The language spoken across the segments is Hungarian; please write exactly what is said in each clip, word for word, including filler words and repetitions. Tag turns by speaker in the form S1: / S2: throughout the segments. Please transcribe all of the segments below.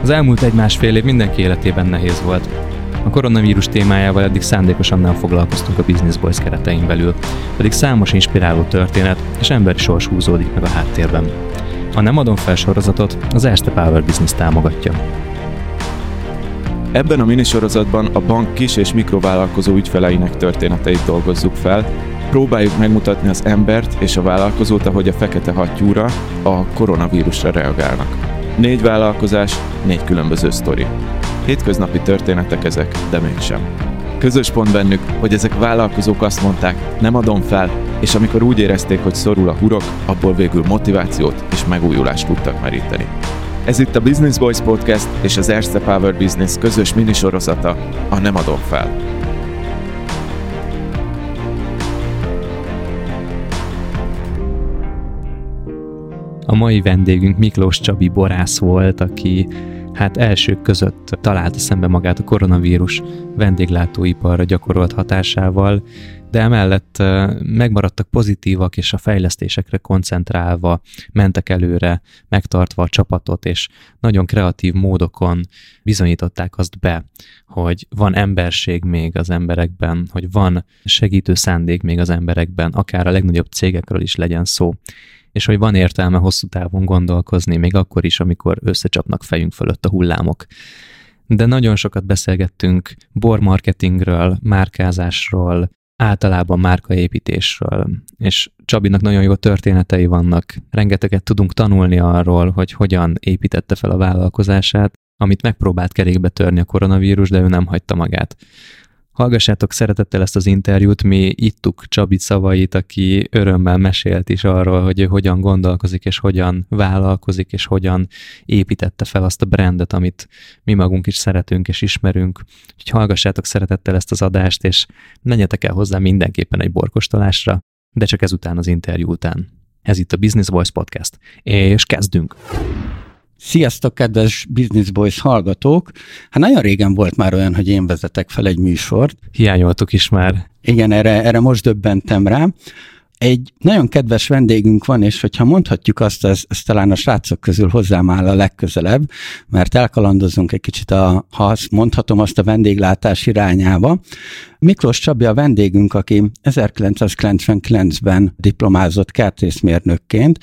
S1: Az elmúlt egy-másfél év mindenki életében nehéz volt. A koronavírus témájával eddig szándékosan nem foglalkoztunk a Business Boys keretein belül, pedig számos inspiráló történet és emberi sors húzódik meg a háttérben. A Nem adom fel sorozatot az Erste Power Business támogatja.
S2: Ebben a minisorozatban a bank kis- és mikrovállalkozó ügyfeleinek történeteit dolgozzuk fel, próbáljuk megmutatni az embert és a vállalkozót, ahogy a fekete hattyúra, a koronavírusra reagálnak. Négy vállalkozás, négy különböző sztori. Hétköznapi történetek ezek, de mégsem. Közös pont bennük, hogy ezek vállalkozók azt mondták, nem adom fel, és amikor úgy érezték, hogy szorul a hurok, abból végül motivációt és megújulást tudtak meríteni. Ez itt a Business Boys Podcast és az Erste Power Business közös minisorozata, a Nem adom fel.
S1: A mai vendégünk Miklós Csabi borász volt, aki hát elsők között találta szembe magát a koronavírus vendéglátóiparra gyakorolt hatásával, de emellett megmaradtak pozitívak, és a fejlesztésekre koncentrálva mentek előre, megtartva a csapatot, és nagyon kreatív módokon bizonyították azt be, hogy van emberség még az emberekben, hogy van segítő szándék még az emberekben, akár a legnagyobb cégekről is legyen szó, és hogy van értelme hosszú távon gondolkozni, még akkor is, amikor összecsapnak fejünk fölött a hullámok. De nagyon sokat beszélgettünk bormarketingről, márkázásról, általában márkaépítésről, és Csabinak nagyon jó történetei vannak. Rengeteget tudunk tanulni arról, hogy hogyan építette fel a vállalkozását, amit megpróbált kerékbe törni a koronavírus, de ő nem hagyta magát. Hallgassátok szeretettel ezt az interjút, mi ittuk Csabi szavait, aki örömmel mesélt is arról, hogy ő hogyan gondolkozik, és hogyan vállalkozik, és hogyan építette fel azt a brandet, amit mi magunk is szeretünk és ismerünk. Úgyhogy hallgassátok szeretettel ezt az adást, és menjetek el hozzá mindenképpen egy borkostolásra, de csak ezután az interjú után. Ez itt a Business Boys Podcast, és kezdünk!
S3: Sziasztok, kedves Business Boys hallgatók! Hát nagyon régen volt már olyan, hogy én vezetek fel egy műsort.
S1: Hiányoltuk is már.
S3: Igen, erre, erre most döbbentem rá. Egy nagyon kedves vendégünk van, és hogyha mondhatjuk azt, ez, ez talán a srácok közül hozzám áll a legközelebb, mert elkalandozunk egy kicsit, a, ha azt mondhatom, azt a vendéglátás irányába. Miklós Csabi a vendégünk, aki ezerkilencszázkilencvenkilencben diplomázott kertészmérnökként,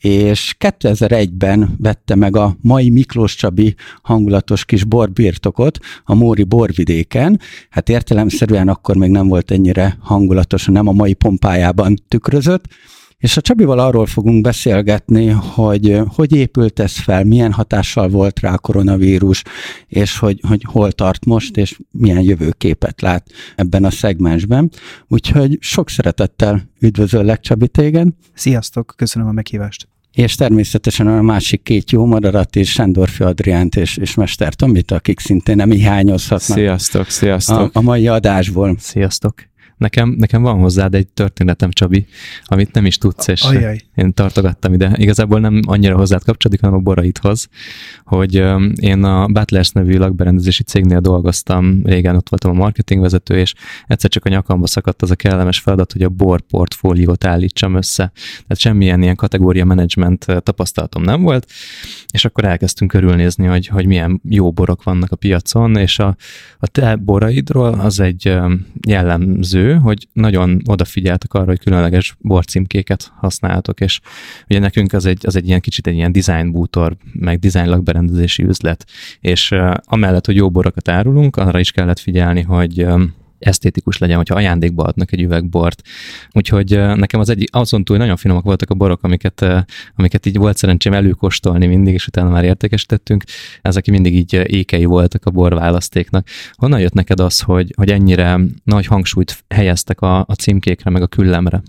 S3: és kétezer-egyben vette meg a mai Miklós Csabi hangulatos kis borbirtokot a Móri borvidéken. Hát értelemszerűen akkor még nem volt ennyire hangulatos, nem a mai pompájában tükrözött. És a Csabival arról fogunk beszélgetni, hogy hogy épült ez fel, milyen hatással volt rá a koronavírus, és hogy, hogy hol tart most, és milyen jövőképet lát ebben a szegmensben. Úgyhogy sok szeretettel üdvözöllek, Csabi, téged.
S4: Sziasztok, köszönöm a meghívást.
S3: És természetesen a másik két jó madarat is, Sándorfi Adriánt és, és Mester Tomit, akik szintén nem hiányozhatnak.
S2: Sziasztok, sziasztok.
S3: A, a mai adásból.
S1: Sziasztok. Nekem, nekem van hozzád egy történetem, Csabi, amit nem is tudsz, és
S4: Ajaj.
S1: Én tartogattam ide. Igazából nem annyira hozzád kapcsolódik, hanem a boraidhoz, hogy um, én a Butlers nevű lakberendezési cégnél dolgoztam, régen ott voltam a marketingvezető, és egyszer csak a nyakamba szakadt az a kellemes feladat, hogy a bor portfóliót állítsam össze. Tehát semmilyen ilyen kategória menedzsment tapasztalatom nem volt, és akkor elkezdtünk körülnézni, hogy, hogy milyen jó borok vannak a piacon, és a, a te boraidról az egy um, jellemző, hogy nagyon odafigyeltek arra, hogy különleges borcímkéket használtok, és ugye nekünk az egy, az egy ilyen kicsit egy ilyen design bútor, meg design lakberendezési üzlet, és uh, amellett, hogy jó borokat árulunk, arra is kellett figyelni, hogy um, esztétikus legyen, hogyha ajándékba adnak egy üveg bort. Úgyhogy uh, nekem az egy, azon túl nagyon finomak voltak a borok, amiket, uh, amiket így volt szerencsém előkóstolni mindig, és utána már értékesítettünk. Ezek mindig így uh, ékei voltak a borválasztéknak. Honnan jött neked az, hogy, hogy ennyire nagy hangsúlyt helyeztek a, a címkékre, meg a küllemre?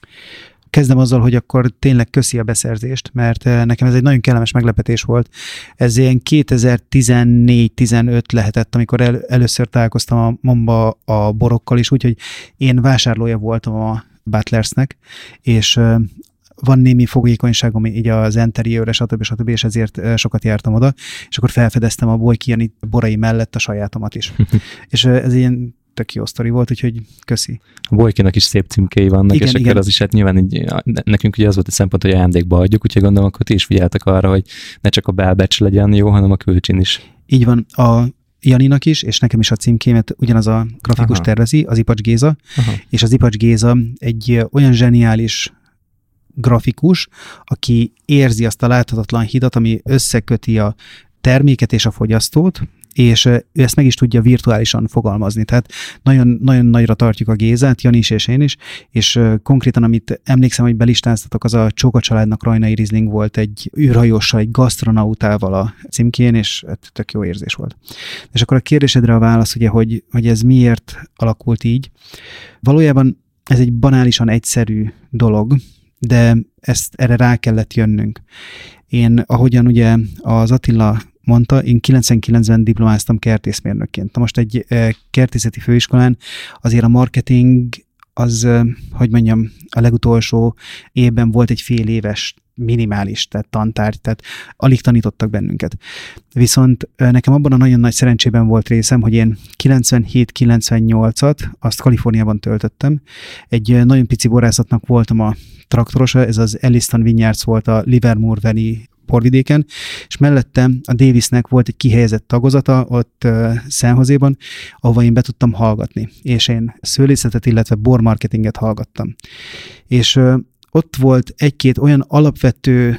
S4: Kezdem azzal, hogy akkor tényleg köszi a beszerzést, mert nekem ez egy nagyon kellemes meglepetés volt. Ez ilyen kétezer-tizennégy tizenöt lehetett, amikor el, először találkoztam a Mamba a borokkal is, úgyhogy én vásárlója voltam a Butlersnek, és van némi fogékonyságom így az interiőre, stb. stb. És ezért sokat jártam oda, és akkor felfedeztem a Bolyki Jani borai mellett a sajátomat is. És ez ilyen tök jó sztori volt, úgyhogy köszi.
S1: A Bolykinak is szép címkéi vannak,
S4: igen,
S1: és
S4: igen.
S1: akkor az is hát nyilván így, nekünk ugye az volt a szempont, hogy ajándékba adjuk, úgyhogy gondolom, akkor ti is figyeltek arra, hogy ne csak a belbecs legyen jó, hanem a külcsin is.
S4: Így van, a Janinak is, és nekem is a címkémet ugyanaz a grafikus
S1: Aha.
S4: tervezi, az Ipacs Géza,
S1: Aha.
S4: és az Ipacs Géza egy olyan zseniális grafikus, aki érzi azt a láthatatlan hidat, ami összeköti a terméket és a fogyasztót, és ő ezt meg is tudja virtuálisan fogalmazni. Tehát nagyon, nagyon nagyra tartjuk a Gézát, Jani is és én is, és konkrétan, amit emlékszem, hogy belistáztatok, az a Csóka családnak Rajnai Riesling volt egy űrhajóssal, egy gasztronautával a címkén, és tök jó érzés volt. És akkor a kérdésedre a válasz, ugye, hogy, hogy ez miért alakult így. Valójában ez egy banálisan egyszerű dolog, de ezt erre rá kellett jönnünk. Én, ahogyan ugye az Attila mondta, én kilencvenkilencben diplomáztam kertészmérnökként. Na most egy kertészeti főiskolán azért a marketing az, hogy mondjam, a legutolsó évben volt egy fél éves minimális, tehát tantárgy, tehát alig tanítottak bennünket. Viszont nekem abban a nagyon nagy szerencsében volt részem, hogy én kilencvenhét kilencvennyolcat azt Kaliforniában töltöttem. Egy nagyon pici borászatnak voltam a traktorosa, ez az Elliston Vineyards volt a Livermore Valley porvidéken, és mellette a Davisnek volt egy kihelyezett tagozata ott uh, San Joséban, ahova én be tudtam hallgatni, és én szőlészetet, illetve bormarketinget hallgattam. És uh, ott volt egy-két olyan alapvető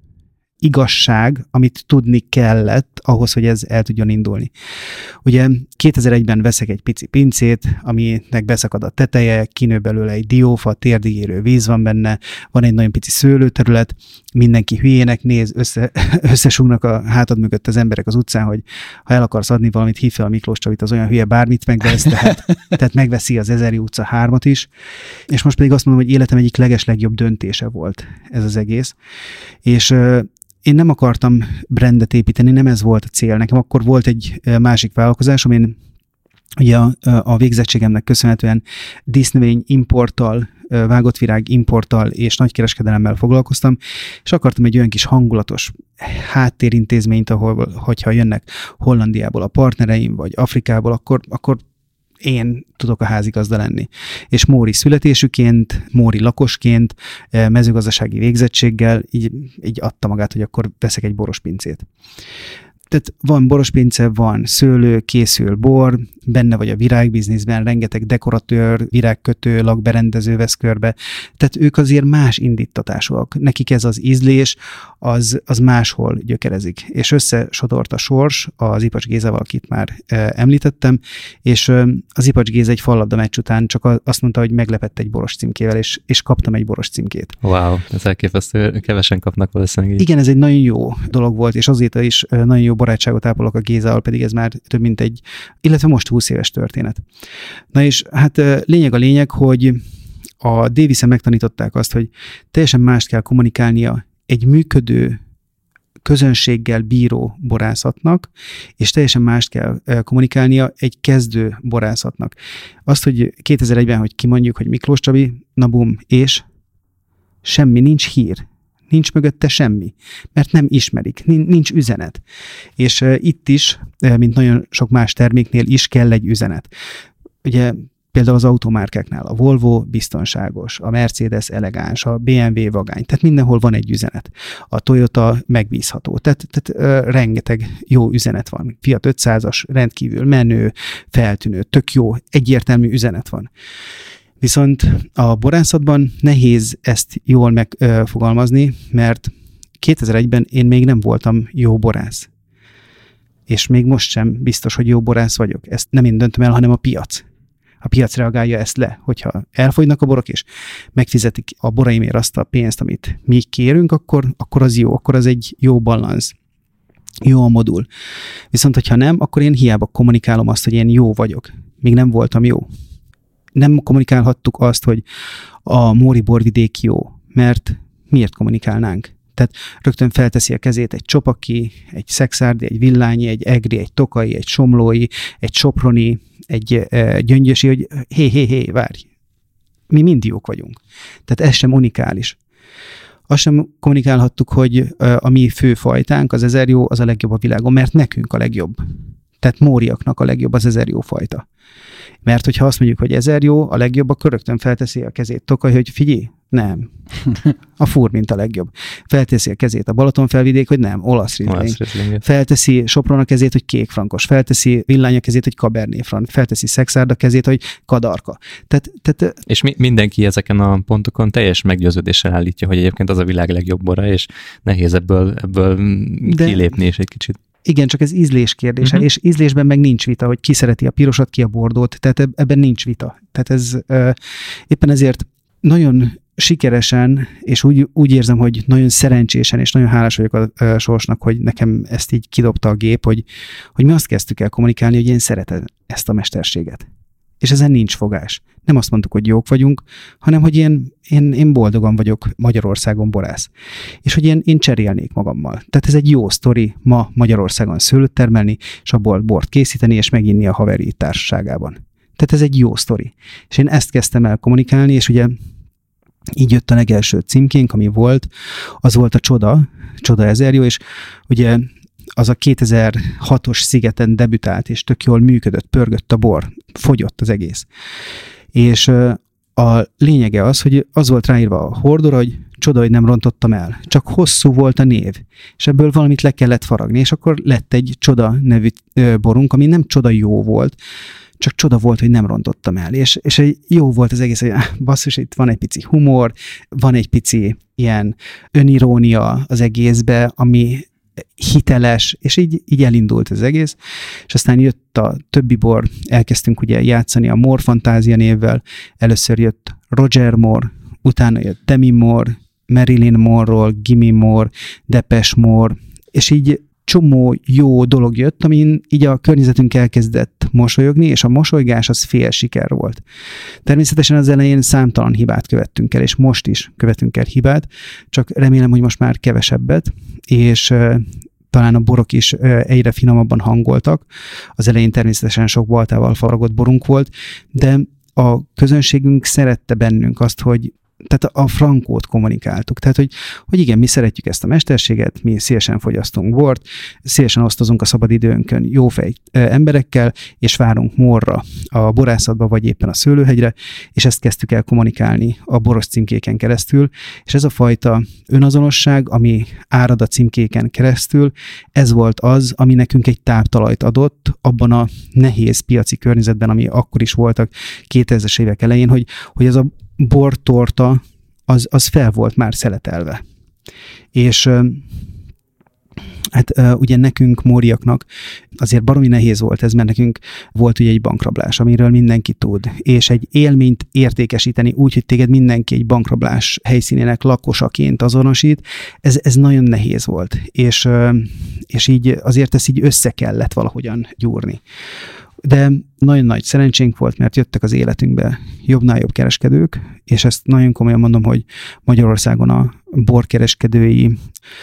S4: igazság, amit tudni kellett ahhoz, hogy ez el tudjon indulni. Ugye kétezer-egyben veszek egy pici pincét, aminek beszakad a teteje, kinő belőle egy diófa, térdig érő víz van benne, van egy nagyon pici szőlőterület, mindenki hülyének néz, össze, összesugnak a hátad mögött az emberek az utcán, hogy ha el akarsz adni valamit, hívj fel a Miklós Csabit, az olyan hülye, bármit megvesz, tehát, tehát megveszi az Ezeri utca hármat is, és most pedig azt mondom, hogy életem egyik legeslegjobb döntése volt ez az egész, és én nem akartam brandet építeni, nem ez volt a cél. Nekem akkor volt egy másik vállalkozásom, én ugye a, a végzettségemnek köszönhetően dísznövény importtal, vágott virág importtal és nagykereskedelemmel foglalkoztam, és akartam egy olyan kis hangulatos háttérintézményt, ahol, hogyha jönnek Hollandiából a partnereim, vagy Afrikából, akkor, akkor én tudok a házigazda lenni. És móri születésüként, móri lakosként, mezőgazdasági végzettséggel így, így adta magát, hogy akkor veszek egy boros pincét. Tehát van borospince, van szőlő, készül bor, benne vagy a virágbizniszben, rengeteg dekoratőr, virágkötő, lakberendező vesz körbe. Tehát ők azért más indítatásúak. Nekik ez az ízlés, az, az máshol gyökerezik. És összesodort a sors az Ipacs Gézával, akit már e, említettem, és e, az Ipacs Géza egy fallabda meccs után csak a, azt mondta, hogy meglepett egy boros címkével, és, és kaptam egy boros címkét.
S1: Wow, ez elképesztő, kevesen kapnak valószínűleg.
S4: Igen, ez egy nagyon jó dolog volt, és azért is nagyon jó barátságot ápolok a Gézával, pedig ez már több mint egy, illetve most húsz éves történet. Na és hát lényeg a lényeg, hogy a Davisen megtanították azt, hogy teljesen mást kell kommunikálnia egy működő közönséggel bíró borászatnak, és teljesen mást kell kommunikálnia egy kezdő borászatnak. Azt, hogy kétezer-egyben, hogy kimondjuk, hogy Miklós Csabi, na bum, és semmi, nincs hír. Nincs mögötte semmi, mert nem ismerik, nincs üzenet. És uh, itt is, uh, mint nagyon sok más terméknél is kell egy üzenet. Ugye például az automárkáknál a Volvo biztonságos, a Mercedes elegáns, a bé em vé vagány, tehát mindenhol van egy üzenet. A Toyota megbízható, tehát, tehát uh, rengeteg jó üzenet van. Fiat ötszázas, rendkívül menő, feltűnő, tök jó, egyértelmű üzenet van. Viszont a borászatban nehéz ezt jól megfogalmazni, mert kétezer-egyben én még nem voltam jó borász. És még most sem biztos, hogy jó borász vagyok. Ezt nem én döntöm el, hanem a piac. A piac reagálja ezt le, hogyha elfogynak a borok, és megfizetik a boraimért azt a pénzt, amit mi kérünk, akkor, akkor az jó, akkor az egy jó balansz. Jó a modul. Viszont, hogyha nem, akkor én hiába kommunikálom azt, hogy én jó vagyok. Még nem voltam jó. Nem kommunikálhattuk azt, hogy a móri borvidék jó, mert miért kommunikálnánk? Tehát rögtön felteszi a kezét egy Csopaki, egy Szexárdi, egy Villányi, egy Egri, egy Tokai, egy Somlói, egy Soproni, egy e, Gyöngyösi, hogy hé, hé, hé, várj, mi mind jók vagyunk. Tehát ez sem unikális. Azt sem kommunikálhattuk, hogy a mi fő fajtánk, az ezerjó, az a legjobb a világon, mert nekünk a legjobb. Tehát móriaknak a legjobb az ezer jó fajta. Mert hogyha azt mondjuk, hogy ezer jó, a legjobb, akkor rögtön felteszi a kezét Tokaj, hogy figyelj, nem. A furmint a legjobb. Felteszi a kezét a Balatonfelvidék, hogy nem, olasz rizling. Felteszi Sopron a kezét, hogy kékfrankos. Felteszi Villány a kezét, hogy Cabernet Franc. Felteszi Szexárd a kezét, hogy kadarka. Tehát, tehát,
S1: és mi, mindenki ezeken a pontokon teljes meggyőződéssel állítja, hogy egyébként az a világ legjobb bora, és nehéz ebből, ebből de... kilépni és egy kicsit.
S4: Igen, csak ez ízlés kérdése, uh-huh. és ízlésben meg nincs vita, hogy ki szereti a pirosat, ki a bordót, tehát ebben nincs vita. Tehát ez uh, éppen ezért nagyon sikeresen, és úgy, úgy érzem, hogy nagyon szerencsésen, és nagyon hálás vagyok a, a sorsnak, hogy nekem ezt így kidobta a gép, hogy, hogy mi azt kezdtük el kommunikálni, hogy én szeretem ezt a mesterséget. És ezen nincs fogás. Nem azt mondtuk, hogy jók vagyunk, hanem, hogy én, én, én boldogan vagyok Magyarországon borász. És hogy én, én cserélnék magammal. Tehát ez egy jó sztori ma Magyarországon szőlőt termelni, és abból bort készíteni, és meginni a haveri társaságában. Tehát ez egy jó sztori. És én ezt kezdtem el kommunikálni, és ugye így jött a legelső címkénk, ami volt, az volt a Csoda, Csoda ezer jó, és ugye az a kétezer-hatos szigeten debütált, és tök jól működött, pörgött a bor, fogyott az egész. És a lényege az, hogy az volt ráírva a hordóra, hogy Csoda, hogy nem rontottam el. Csak hosszú volt a név, és ebből valamit le kellett faragni, és akkor lett egy Csoda nevű borunk, ami nem csoda jó volt, csak csoda volt, hogy nem rontottam el. És, és jó volt az egész, hogy basszus, itt van egy pici humor, van egy pici ilyen önirónia az egészbe, ami hiteles, és így, így elindult az egész, és aztán jött a többi bor, elkezdtünk ugye játszani a More Fantázia névvel, először jött Roger Moore, utána jött Demi Moore, Marilyn Monroe, Gimme Moore, Depeche Mode, és így csomó jó dolog jött, amin így a környezetünk elkezdett mosolyogni, és a mosolygás az fél siker volt. Természetesen az elején számtalan hibát követtünk el, és most is követünk el hibát, csak remélem, hogy most már kevesebbet, és uh, talán a borok is uh, egyre finomabban hangoltak. Az elején természetesen sok baltával faragott borunk volt, de a közönségünk szerette bennünk azt, hogy tehát a frankót kommunikáltuk. Tehát, hogy, hogy igen, mi szeretjük ezt a mesterséget, mi szívesen fogyasztunk bort, szívesen osztozunk a szabadidőnkön jófej emberekkel, és várunk morra a borászatba, vagy éppen a szőlőhegyre, és ezt kezdtük el kommunikálni a boros címkéken keresztül, és ez a fajta önazonosság, ami árad a címkéken keresztül, ez volt az, ami nekünk egy táptalajt adott abban a nehéz piaci környezetben, ami akkor is voltak kétezres évek elején, hogy, hogy ez a bortorta, az, az fel volt már szeletelve. És hát ugye nekünk, móriaknak azért baromi nehéz volt ez, mert nekünk volt ugye egy bankrablás, amiről mindenki tud, és egy élményt értékesíteni úgy, hogy téged mindenki egy bankrablás helyszínének lakosaként azonosít, ez, ez nagyon nehéz volt, és, és így azért ezt így össze kellett valahogyan gyúrni. De nagyon nagy szerencsénk volt, mert jöttek az életünkbe jobbnál jobb kereskedők, és ezt nagyon komolyan mondom, hogy Magyarországon a borkereskedői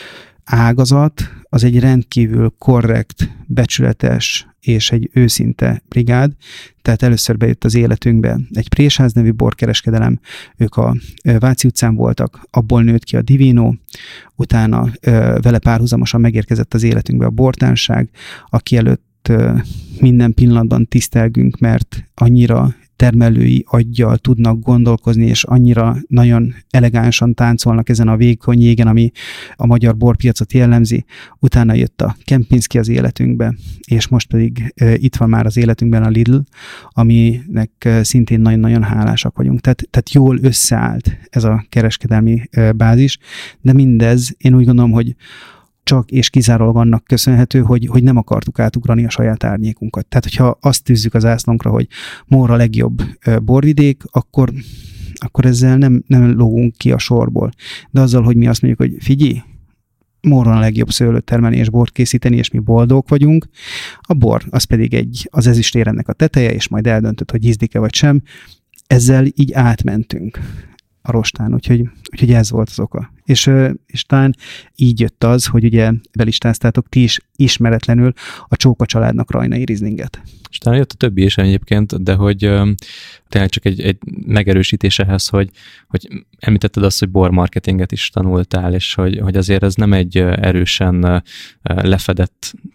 S4: ágazat az egy rendkívül korrekt, becsületes és egy őszinte brigád. Tehát először bejött az életünkbe egy Présház nevű borkereskedelem, ők a Váci utcán voltak, abból nőtt ki a Divino, utána vele párhuzamosan megérkezett az életünkbe a Bortánság, aki előtt minden pillanatban tisztelgünk, mert annyira termelői aggyal tudnak gondolkozni, és annyira nagyon elegánsan táncolnak ezen a vékony jégen, ami a magyar borpiacot jellemzi. Utána jött a Kempinski az életünkbe, és most pedig e, itt van már az életünkben a Lidl, aminek e, szintén nagyon-nagyon hálásak vagyunk. Tehát, tehát jól összeállt ez a kereskedelmi e, bázis, de mindez, én úgy gondolom, hogy csak és kizárólag annak köszönhető, hogy, hogy nem akartuk átugrani a saját árnyékunkat. Tehát, hogyha azt tűzzük az ászlónkra, hogy Mór a legjobb borvidék, akkor, akkor ezzel nem, nem lógunk ki a sorból. De azzal, hogy mi azt mondjuk, hogy figyelj, Móron a legjobb szőlőt termelni és bort készíteni, és mi boldogok vagyunk, a bor az pedig egy, az ezüstéremnek a teteje, és majd eldöntöd, hogy ízlik-e vagy sem. Ezzel így átmentünk a rostán, úgyhogy, úgyhogy ez volt az oka. És, és talán így jött az, hogy ugye belistáztátok ti is ismeretlenül a Csóka családnak Rajnai Rizlinget.
S1: És talán jött a többi is egyébként, de hogy tényleg csak egy, egy megerősítés ehhez, hogy, hogy említetted azt, hogy bormarketinget is tanultál, és hogy, hogy azért ez nem egy erősen lefedett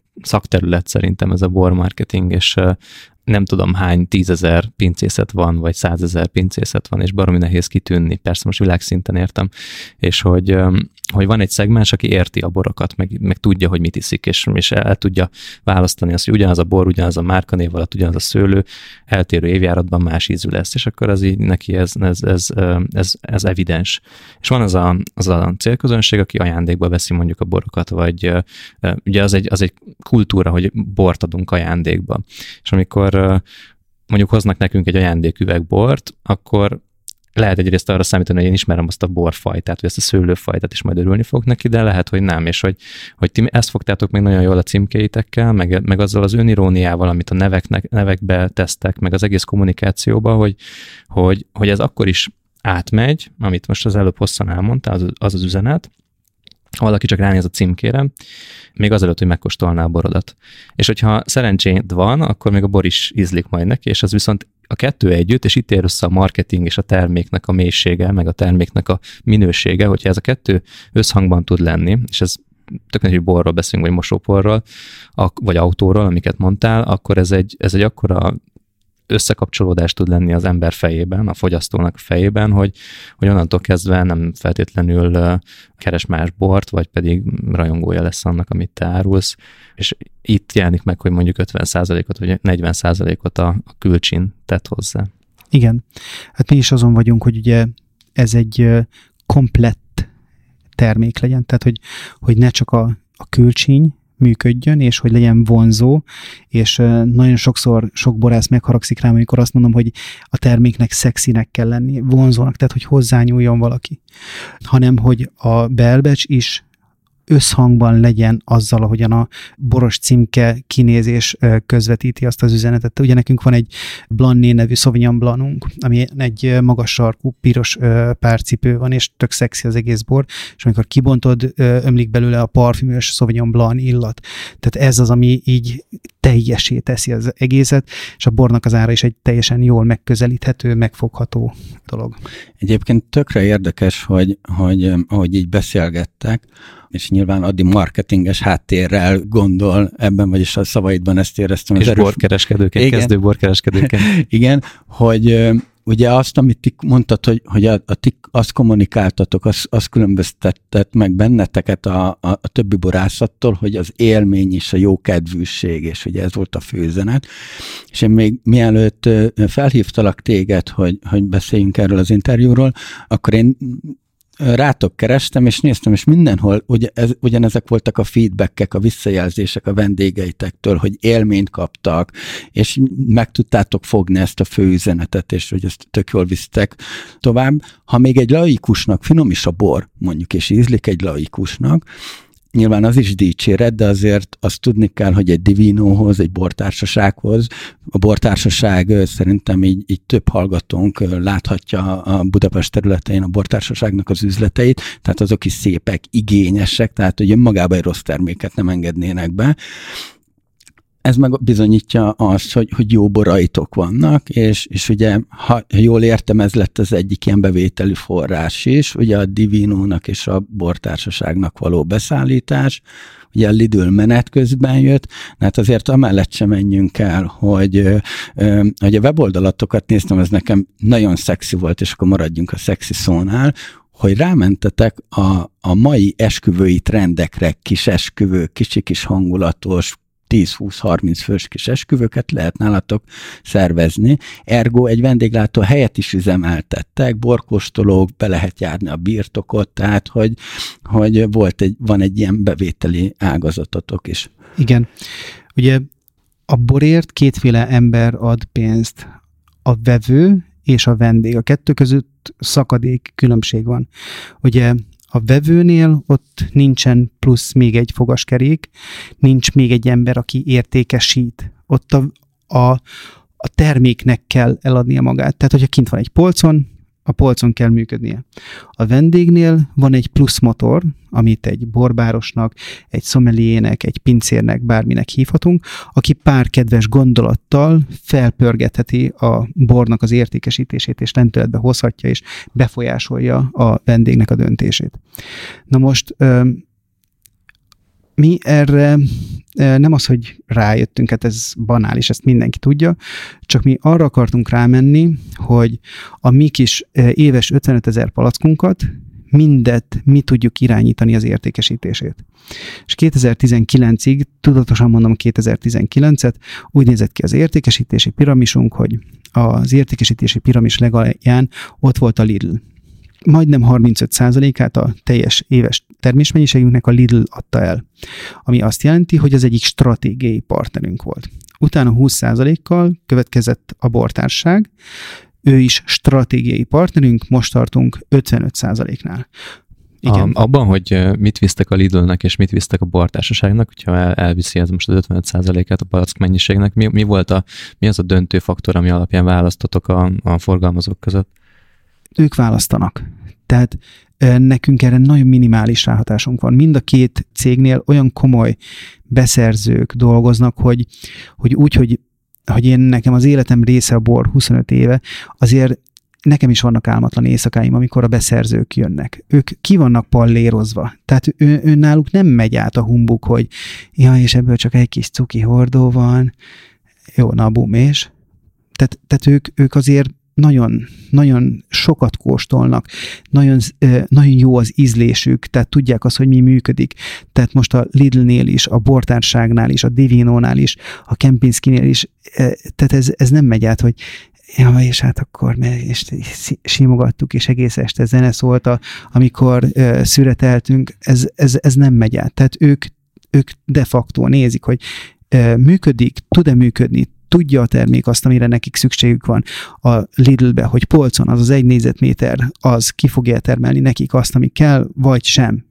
S1: szakterület szerintem ez a bormarketing, és nem tudom hány tízezer pincészet van, vagy százezer pincészet van, és baromi nehéz kitűnni, persze most világszinten értem, és hogy, hogy van egy szegmens, aki érti a borokat, meg, meg tudja, hogy mit iszik, és, és el, el tudja választani azt, hogy ugyanaz a bor, ugyanaz a márkanév alatt, ugyanaz a szőlő, eltérő évjáratban más ízű lesz, és akkor az így neki ez, ez, ez, ez, ez evidens. És van az a, az a célközönség, aki ajándékba veszi mondjuk a borokat, vagy ugye az egy, az egy kultúra, hogy bort adunk ajándékba. És amikor mondjuk hoznak nekünk egy ajándéküveg bort, akkor lehet egyrészt arra számítani, hogy én ismerem azt a borfajtát, vagy ezt a szőlőfajtát, és majd örülni fog neki, de lehet, hogy nem, és hogy, hogy ti ezt fogtátok még nagyon jól a címkéitekkel, meg, meg azzal az öniróniával, amit a neveknek, nevekbe tesztek, meg az egész kommunikációba, hogy, hogy, hogy ez akkor is átmegy, amit most az előbb hosszan elmondtál, az az, az üzenet, ha valaki csak ránéz a címkére, még azelőtt, hogy megkóstolná a borodat. És hogyha szerencséd van, akkor még a bor is ízlik majd neki, és az viszont a kettő együtt, és itt ér össze a marketing és a terméknek a mélysége, meg a terméknek a minősége, hogyha ez a kettő összhangban tud lenni, és ez tök hogy borról beszélünk, vagy mosóporról, vagy autóról, amiket mondtál, akkor ez egy, ez egy akkora összekapcsolódás tud lenni az ember fejében, a fogyasztónak a fejében, hogy, hogy onnantól kezdve nem feltétlenül uh, keres más bort, vagy pedig rajongója lesz annak, amit te árulsz. És itt jelenik meg, hogy mondjuk ötven százalékot vagy negyven százalékot a, a külcsin tett hozzá.
S4: Igen. Hát mi is azon vagyunk, hogy ugye ez egy uh, komplett termék legyen, tehát hogy, hogy ne csak a, a külcsíny működjön, és hogy legyen vonzó, és nagyon sokszor sok borász megharagszik rám, amikor azt mondom, hogy a terméknek szexinek kell lenni, vonzónak, tehát hogy hozzányúljon valaki, hanem hogy a belbecs is összhangban legyen azzal, ahogyan a boros címke kinézés közvetíti azt az üzenetet. Ugye nekünk van egy Blanné nevű Sauvignon Blancunk, ami egy magas sarkú, piros párcipő van, és tök szexi az egész bor, és amikor kibontod, ömlik belőle a parfümös Sauvignon Blanc illat. Tehát ez az, ami így teljesé teszi az egészet, és a bornak az ára is egy teljesen jól megközelíthető, megfogható dolog.
S3: Egyébként tökre érdekes, hogy, hogy ahogy így beszélgettek, és nyilván addig marketinges háttérrel gondol ebben, vagyis a szavaidban ezt éreztem.
S1: És erős... borkereskedőként, kezdő borkereskedőként.
S3: Igen, hogy ugye azt, amit ti mondtad, hogy, hogy a, a ti azt kommunikáltatok, azt, azt különböztetett meg benneteket a, a, a többi borászattól, hogy az élmény és a jókedvűség, és ugye ez volt a főzenet. És én még mielőtt felhívtalak téged, hogy, hogy beszéljünk erről az interjúról, akkor én rátok kerestem, és néztem, és mindenhol ugye, ez, ugyanezek voltak a feedbackek, a visszajelzések a vendégeitektől, hogy élményt kaptak, és meg tudtátok fogni ezt a főüzenetet, és hogy ezt tök jól visztek tovább. Ha még egy laikusnak finom is a bor, mondjuk, és ízlik egy laikusnak, nyilván az is dicséret, de azért azt tudni kell, hogy egy Divinohoz, egy bortársasághoz, a bortársaság szerintem így, így több hallgatónk láthatja a Budapest területein a bortársaságnak az üzleteit, tehát azok is szépek, igényesek, tehát hogy önmagában egy rossz terméket nem engednének be. Ez meg bizonyítja azt, hogy, hogy jó boraitok vannak, és, és ugye, ha jól értem, ez lett az egyik ilyen bevételi forrás is, ugye a Divinónak és a bortársaságnak való beszállítás, ugye a Lidl menet közben jött, hát azért amellett sem menjünk el, hogy, hogy a weboldalatokat néztem, ez nekem nagyon szexi volt, és akkor maradjunk a szexi szónál, hogy rámentetek a, a mai esküvői trendekre, kis esküvő, kicsi kis hangulatos, tíz-húsz-harminc fős kis esküvőket lehet nálatok szervezni. Ergo egy vendéglátó helyet is üzemeltettek, borkóstolók, be lehet járni a birtokot, tehát hogy, hogy volt egy, van egy ilyen bevételi ágazatotok is.
S4: Igen. Ugye a borért kétféle ember ad pénzt. A vevő és a vendég. A kettő között szakadék különbség van. Ugye a vevőnél ott nincsen plusz még egy fogaskerék, nincs még egy ember, aki értékesít. Ott a, a, a terméknek kell eladnia magát. Tehát, hogyha kint van egy polcon, a polcon kell működnie. A vendégnél van egy plusz motor, amit egy borbárosnak, egy szomeliének, egy pincérnek, bárminek hívhatunk, aki pár kedves gondolattal felpörgetheti a bornak az értékesítését, és lendületbe hozhatja, és befolyásolja a vendégnek a döntését. Na most Mi erre nem az, hogy rájöttünk, hát ez banális, ezt mindenki tudja, csak mi arra akartunk rámenni, hogy a mi kis éves ötvenötezer palackunkat mindet mi tudjuk irányítani az értékesítését. És kétezer-tizenkilencig, tudatosan mondom kétezer-tizenkilencet, úgy nézett ki az értékesítési piramisunk, hogy az értékesítési piramis legalján ott volt a Lidl. Majdnem harmincöt százalékát a teljes éves termésmennyiségünknek a Lidl adta el, ami azt jelenti, hogy az egyik stratégiai partnerünk volt. Utána húsz százalékkal következett a bortársaság, ő is stratégiai partnerünk, most tartunk ötvenöt százaléknál.
S1: Igen. A, abban, hogy mit visztek a Lidlnek és mit visztek a bortársaságnak, hogyha el, elviszi ez most az ötvenöt százalékát a palack mennyiségnek, mi, mi volt a, mi az a döntő faktor, ami alapján választotok a, a forgalmazók között?
S4: Ők választanak. Tehát nekünk erre nagyon minimális ráhatásunk van. Mind a két cégnél olyan komoly beszerzők dolgoznak, hogy, hogy úgy, hogy, hogy én nekem az életem része a bor huszonöt éve, azért nekem is vannak álmatlan éjszakáim, amikor a beszerzők jönnek. Ők ki vannak pallérozva. Tehát ő, ő náluk nem megy át a humbuk, hogy ja, és ebből csak egy kis cuki hordó van. Jó, na bum, és? Tehát, tehát ők, ők azért nagyon, nagyon sokat kóstolnak, nagyon, nagyon jó az ízlésük, tehát tudják azt, hogy mi működik. Tehát most a Lidlnél is, a bortárságnál is, a Divinónál is, a Kempinskinél is, tehát ez, ez nem megy át, hogy ja, és hát akkor és simogattuk, és egész este zene szólt, a, amikor uh, szüreteltünk, ez, ez, ez nem megy át. Tehát ők, ők de facto nézik, hogy uh, működik, tud-e működni, tudja a termék azt, amire nekik szükségük van a Lidlbe, hogy polcon az az egy négyzetméter, az ki fogja termelni nekik azt, ami kell, vagy sem.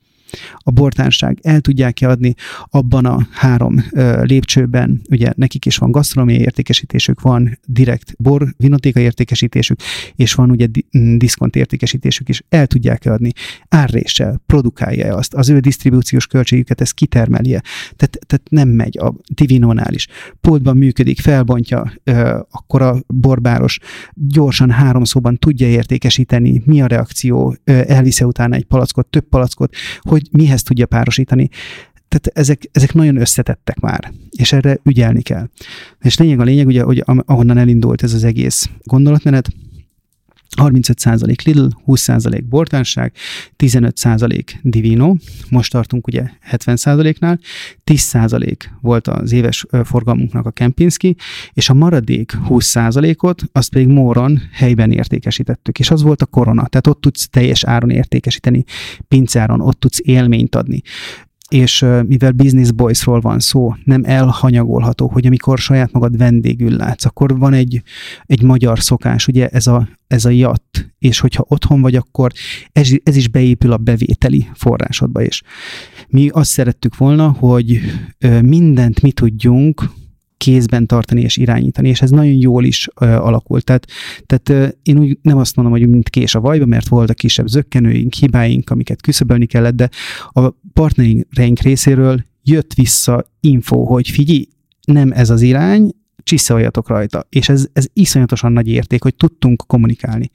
S4: A bortársaság el tudják-e adni abban a három ö, lépcsőben, ugye nekik is van gasztronómiai értékesítésük, van direkt bor, vinotéka értékesítésük, és van ugye di- diszkont értékesítésük is, el tudják-e adni árréssel, produkálja-e azt, az ő disztribúciós költségüket, ezt kitermelje. Tehát, tehát nem megy a Divinónál is. Poltban működik, felbontja, ö, akkor a borbáros gyorsan három szóban tudja értékesíteni, mi a reakció, ö, elvisze utána egy palackot, több palackot, hogy mihez tudja párosítani. Tehát ezek, ezek nagyon összetettek már, és erre ügyelni kell. És lényeg a lényeg, ugye, hogy ahonnan elindult ez az egész gondolatmenet, harmincöt százalék Lidl, húsz százalék bortársaság, tizenöt százalék Divino, most tartunk ugye hetven százaléknál, tíz százalék volt az éves forgalmunknak a Kempinski, és a maradék húsz százalékot azt pedig Móron helyben értékesítettük, és az volt a Korona, tehát ott tudsz teljes áron értékesíteni, pincáron, ott tudsz élményt adni. És mivel Business Boysról van szó, nem elhanyagolható, hogy amikor saját magad vendégül látsz, akkor van egy, egy magyar szokás, ugye ez a, ez a jatt, és hogyha otthon vagy, akkor ez, ez is beépül a bevételi forrásodba is. Mi azt szerettük volna, hogy mindent mi tudjunk kézben tartani és irányítani, és ez nagyon jól is uh, alakult. Tehát, tehát uh, én úgy nem azt mondom, hogy mint kés a vajba, mert voltak kisebb zökkenőink, hibáink, amiket küszöbölni kellett, de a partnereink részéről jött vissza info, hogy figyelj, nem ez az irány, csiszoljatok rajta. És ez, ez iszonyatosan nagy érték, hogy tudtunk kommunikálni.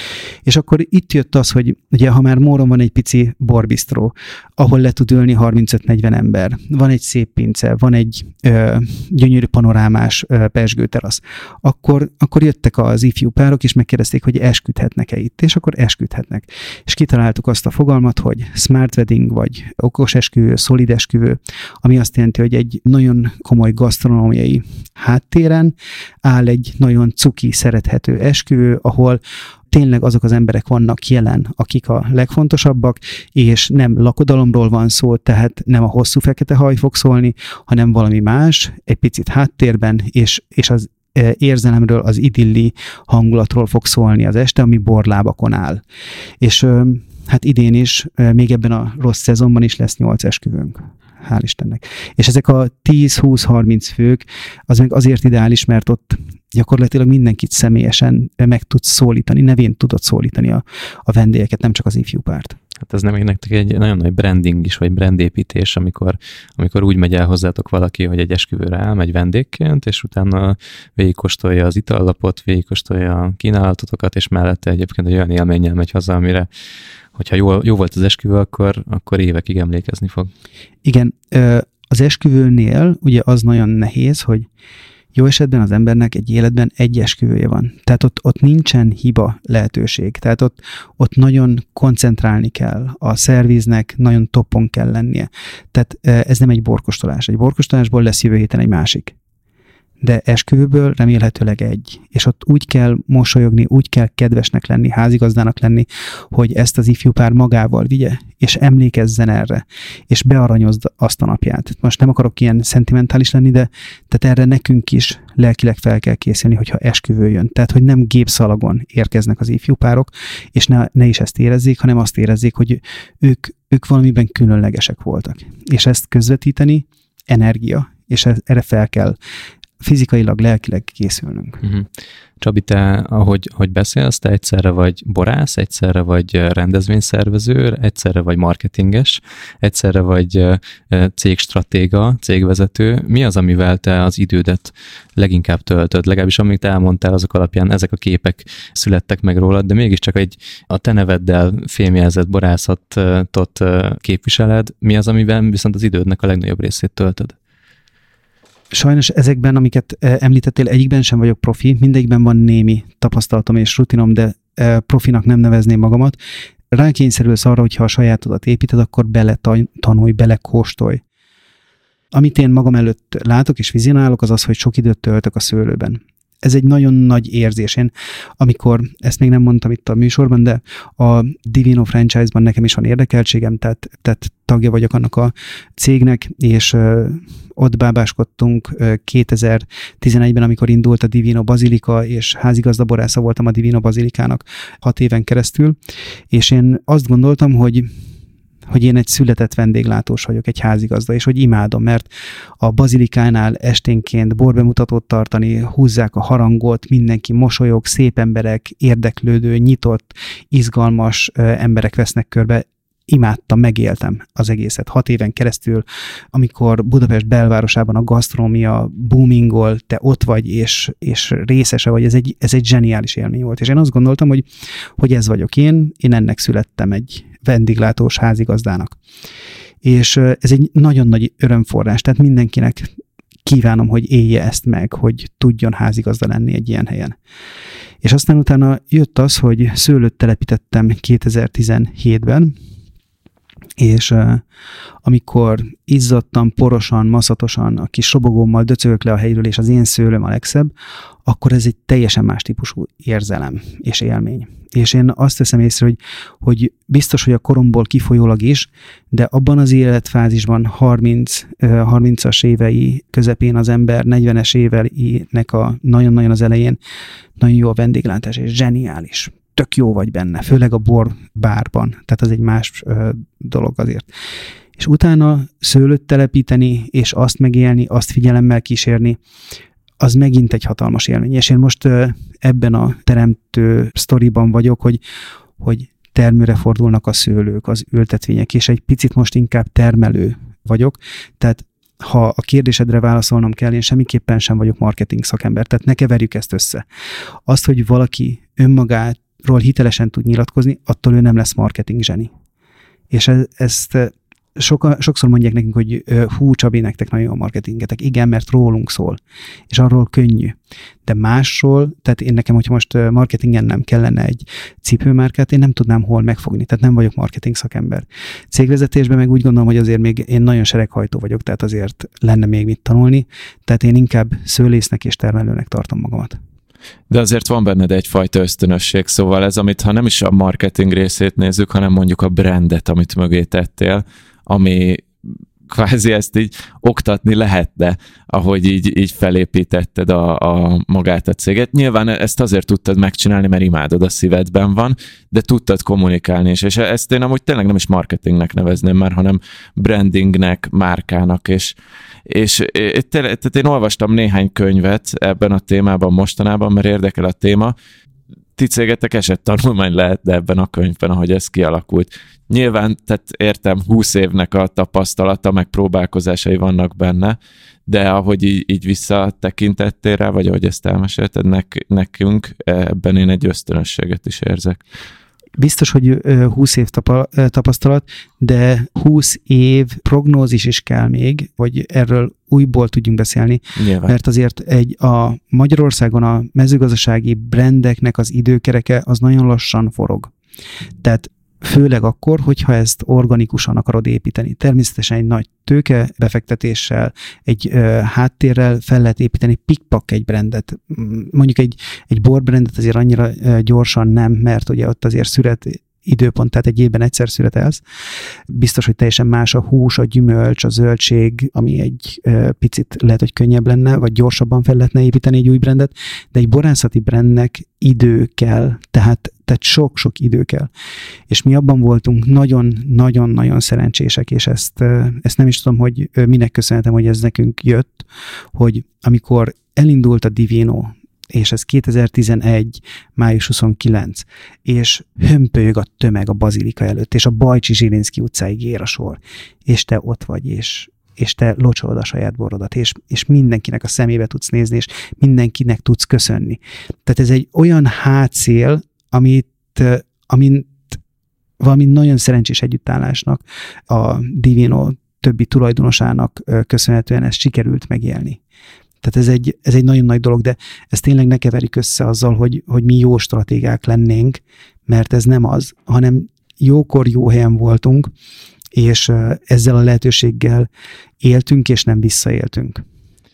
S4: És akkor itt jött az, hogy ugye, ha már Móron van egy pici borbisztró, ahol le tud ülni harmincöt-negyven ember, van egy szép pince, van egy ö, gyönyörű panorámás ö, pezsgőterasz, akkor, akkor jöttek az ifjú párok, és megkérdezték, hogy esküdhetnek-e itt, és akkor esküdhetnek. És kitaláltuk azt a fogalmat, hogy smart wedding, vagy okos esküvő, szolid esküvő, ami azt jelenti, hogy egy nagyon komoly gasztronómiai háttér áll egy nagyon cuki, szerethető esküvő, ahol tényleg azok az emberek vannak jelen, akik a legfontosabbak, és nem lakodalomról van szó, tehát nem a hosszú fekete haj fog szólni, hanem valami más, egy picit háttérben, és, és az érzelemről, az idilli hangulatról fog szólni az este, ami borlábakon áll. És hát idén is, még ebben a rossz szezonban is lesz nyolc esküvőnk. Hál' Istennek. És ezek a tíz-húsz-harminc fők, az meg azért ideális, mert ott gyakorlatilag mindenkit személyesen meg tudsz szólítani, nevén tudod szólítani a, a vendégeket, nem csak az ifjú párt.
S1: Hát ez nem még nektek egy nagyon nagy branding is, vagy brandépítés, amikor, amikor úgy megy el hozzátok valaki, hogy egy esküvőre elmegy vendégként, és utána végigkóstolja az itallapot, végigkóstolja a kínálatotokat, és mellette egyébként egy olyan élménnyel megy haza, amire, hogyha jó, jó volt az esküvő, akkor, akkor évekig emlékezni fog.
S4: Igen, az esküvőnél ugye az nagyon nehéz, hogy jó esetben az embernek egy életben egy esküvője van. Tehát ott, ott nincsen hiba lehetőség. Tehát ott, ott nagyon koncentrálni kell. A szerviznek nagyon toppon kell lennie. Tehát ez nem egy borkostolás. Egy borkostolásból lesz jövő héten egy másik. De esküvőből remélhetőleg egy. És ott úgy kell mosolyogni, úgy kell kedvesnek lenni, házigazdának lenni, hogy ezt az ifjú pár magával vigye, és emlékezzen erre, és bearanyozd azt a napját. Most nem akarok ilyen szentimentális lenni, de tehát erre nekünk is lelkileg fel kell készülni, hogyha esküvő jön. Tehát, hogy nem gépszalagon érkeznek az ifjú párok, és ne, ne is ezt érezzék, hanem azt érezzék, hogy ők, ők valamiben különlegesek voltak. És ezt közvetíteni energia, és erre fel kell fizikailag, lelkileg készülnünk.
S1: Uh-huh. Csabi, te, ahogy, ahogy beszélsz, te egyszerre vagy borász, egyszerre vagy rendezvényszervező, egyszerre vagy marketinges, egyszerre vagy cégstratéga, cégvezető. Mi az, amivel te az idődet leginkább töltöd? Legalábbis amit te elmondtál, azok alapján ezek a képek születtek meg rólad, de mégiscsak egy a te neveddel fémjelzett borászatot képviseled. Mi az, amivel viszont az idődnek a legnagyobb részét töltöd?
S4: Sajnos ezekben, amiket említettél, egyikben sem vagyok profi, mindegyikben van némi tapasztalatom és rutinom, de profinak nem nevezném magamat. Rákényszerülsz arra, hogyha a sajátodat építed, akkor bele tanulj, bele kóstolj. Amit én magam előtt látok és vizionálok, az az, hogy sok időt töltök a szőlőben. Ez egy nagyon nagy érzés. Én, amikor, ezt még nem mondtam itt a műsorban, de a Divino franchise-ban nekem is van érdekeltségem, tehát, tehát tagja vagyok annak a cégnek, és ö, ott bábáskodtunk ö, kétezer-tizenegyben, amikor indult a Divino Bazilika, és házigazdaborásza voltam a Divino Bazilikának hat éven keresztül, és én azt gondoltam, hogy hogy én egy született vendéglátós vagyok, egy házigazda, és hogy imádom, mert a bazilikánál esténként borbemutatót tartani, húzzák a harangot, mindenki mosolyog, szép emberek, érdeklődő, nyitott, izgalmas emberek vesznek körbe. Imádtam, megéltem az egészet hat éven keresztül, amikor Budapest belvárosában a gasztronómia boomingol, te ott vagy, és, és részese vagy, ez egy, ez egy zseniális élmény volt. És én azt gondoltam, hogy, hogy ez vagyok én, én ennek születtem egy vendéglátós házigazdának. És ez egy nagyon nagy örömforrás, tehát mindenkinek kívánom, hogy élje ezt meg, hogy tudjon házigazda lenni egy ilyen helyen. És aztán utána jött az, hogy szőlőt telepítettem kétezer-tizenhétben, és uh, amikor izzadtan, porosan, maszatosan, a kis robogómmal döcögök le a helyről, és az én szőlőm a legszebb, akkor ez egy teljesen más típusú érzelem és élmény. És én azt teszem észre, hogy, hogy biztos, hogy a koromból kifolyólag is, de abban az életfázisban harminc, harmincas évei közepén az ember, negyvenes éveinek a nagyon-nagyon az elején nagyon jó a vendéglátás, és zseniális. Tök jó vagy benne, főleg a borbárban, tehát az egy más ö, dolog azért. És utána szőlőt telepíteni, és azt megélni, azt figyelemmel kísérni, az megint egy hatalmas élmény. És én most ö, ebben a teremtő sztoriban vagyok, hogy, hogy termőre fordulnak a szőlők, az ültetvények, és egy picit most inkább termelő vagyok, tehát ha a kérdésedre válaszolnom kell, én semmiképpen sem vagyok marketing szakember, tehát ne keverjük ezt össze. Azt, hogy valaki önmagát ról hitelesen tud nyilatkozni, attól ő nem lesz marketing zseni. És ez, ezt soka, sokszor mondják nekünk, hogy hú, Csabi, nektek nagyon jó a marketingetek. Igen, mert rólunk szól. És arról könnyű. De másról, tehát én nekem, hogyha most marketingen nem kellene egy cipőmárkát, én nem tudnám hol megfogni. Tehát nem vagyok marketing szakember. Cégvezetésben meg úgy gondolom, hogy azért még én nagyon sereghajtó vagyok, tehát azért lenne még mit tanulni. Tehát én inkább szőlésznek és termelőnek tartom magamat.
S2: De azért van benned egyfajta ösztönösség, szóval ez, amit ha nem is a marketing részét nézzük, hanem mondjuk a brandet, amit mögé tettél, ami kvázi ezt így oktatni lehetne, ahogy így, így felépítetted a, a magát a céget. Nyilván ezt azért tudtad megcsinálni, mert imádod, a szívedben van, de tudtad kommunikálni is, és ezt én amúgy tényleg nem is marketingnek nevezném már, hanem brandingnek, márkának, és, és tehát én olvastam néhány könyvet ebben a témában mostanában, mert érdekel a téma. ti cégetek esettanulmány lehet, de ebben a könyvben, ahogy ez kialakult. Nyilván, tehát értem, húsz évnek a tapasztalata, meg próbálkozásai vannak benne, de ahogy így, így visszatekintettél rá, vagy ahogy ezt elmesélted nek, nekünk, ebben én egy ösztönösséget is érzek.
S4: Biztos, hogy húsz év tapasztalat, de húsz év prognózis is kell még, hogy erről újból tudjunk beszélni, Nyilván. Mert azért egy a Magyarországon a mezőgazdasági brandeknek az időkereke az nagyon lassan forog. Tehát főleg akkor, hogyha ezt organikusan akarod építeni. Természetesen egy nagy tőke befektetéssel, egy ö, háttérrel fel lehet építeni pikpak egy brandet. Mondjuk egy, egy borbrandet azért annyira ö, gyorsan nem, mert ugye ott azért szület időpont, tehát egy évben egyszer születelsz. Biztos, hogy teljesen más a hús, a gyümölcs, a zöldség, ami egy ö, picit lehet, hogy könnyebb lenne, vagy gyorsabban fel lehetne építeni egy új brandet, de egy borászati brandnek idő kell, tehát, tehát sok-sok idő kell. És mi abban voltunk nagyon-nagyon-nagyon szerencsések, és ezt, ezt nem is tudom, hogy minek köszönhetem, hogy ez nekünk jött, hogy amikor elindult a Divino, és ez kétezer-tizenegy. május huszonkilenc, és hömpölyög a tömeg a bazilika előtt, és a Bajcsi Zsilinszky utcáig ér a sor, és te ott vagy, és, és te locsolod a saját borodat, és, és mindenkinek a szemébe tudsz nézni, és mindenkinek tudsz köszönni. Tehát ez egy olyan hátszél, amit, amit valami nagyon szerencsés együttállásnak, a Divino többi tulajdonosának köszönhetően ezt sikerült megélni. Tehát ez egy, ez egy nagyon nagy dolog, de ezt tényleg ne keverjük össze azzal, hogy, hogy mi jó stratégák lennénk, mert ez nem az, hanem jókor jó helyen voltunk, és ezzel a lehetőséggel éltünk, és nem visszaéltünk.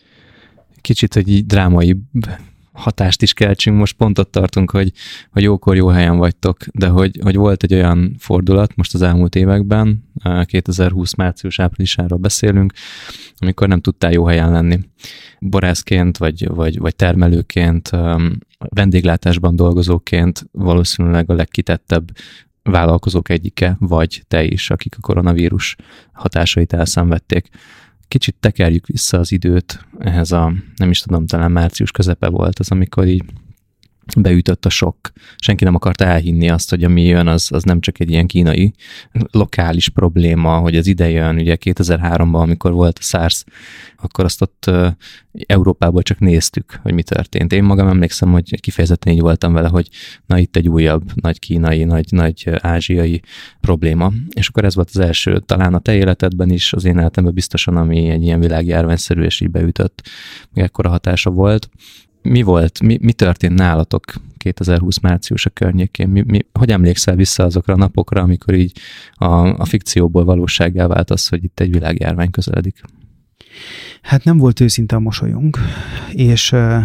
S1: Kicsit, hogy így drámai hatást is keltsünk, most pont ott tartunk, hogy, hogy jókor jó helyen vagytok, de hogy, hogy volt egy olyan fordulat most az elmúlt években, kétezer-húsz március-áprilisáról beszélünk, amikor nem tudtál jó helyen lenni. Borászként, vagy, vagy, vagy termelőként, vendéglátásban dolgozóként valószínűleg a legkitettebb vállalkozók egyike, vagy te is, akik a koronavírus hatásait elszenvedték. Kicsit tekerjük vissza az időt, ehhez a, nem is tudom, talán március közepe volt az, amikor így beütött a sok. Senki nem akarta elhinni azt, hogy ami jön, az, az nem csak egy ilyen kínai lokális probléma, hogy az ide jön. Ugye kétezer-háromban, amikor volt a SARS, akkor azt ott uh, Európából csak néztük, hogy mi történt. Én magam emlékszem, hogy kifejezetten így voltam vele, hogy na itt egy újabb nagy kínai, nagy, nagy ázsiai probléma. És akkor ez volt az első, talán a te életedben is, az én életemben biztosan, ami egy ilyen világjárványszerű és így beütött, meg ekkora hatása volt. Mi volt, mi, mi történt nálatok kétezer-húsz március a környékén? Mi, mi, hogy emlékszel vissza azokra a napokra, amikor így a, a fikcióból valósággá vált az, hogy itt egy világjárvány közeledik?
S4: Hát nem volt őszinte a mosolyunk, és uh,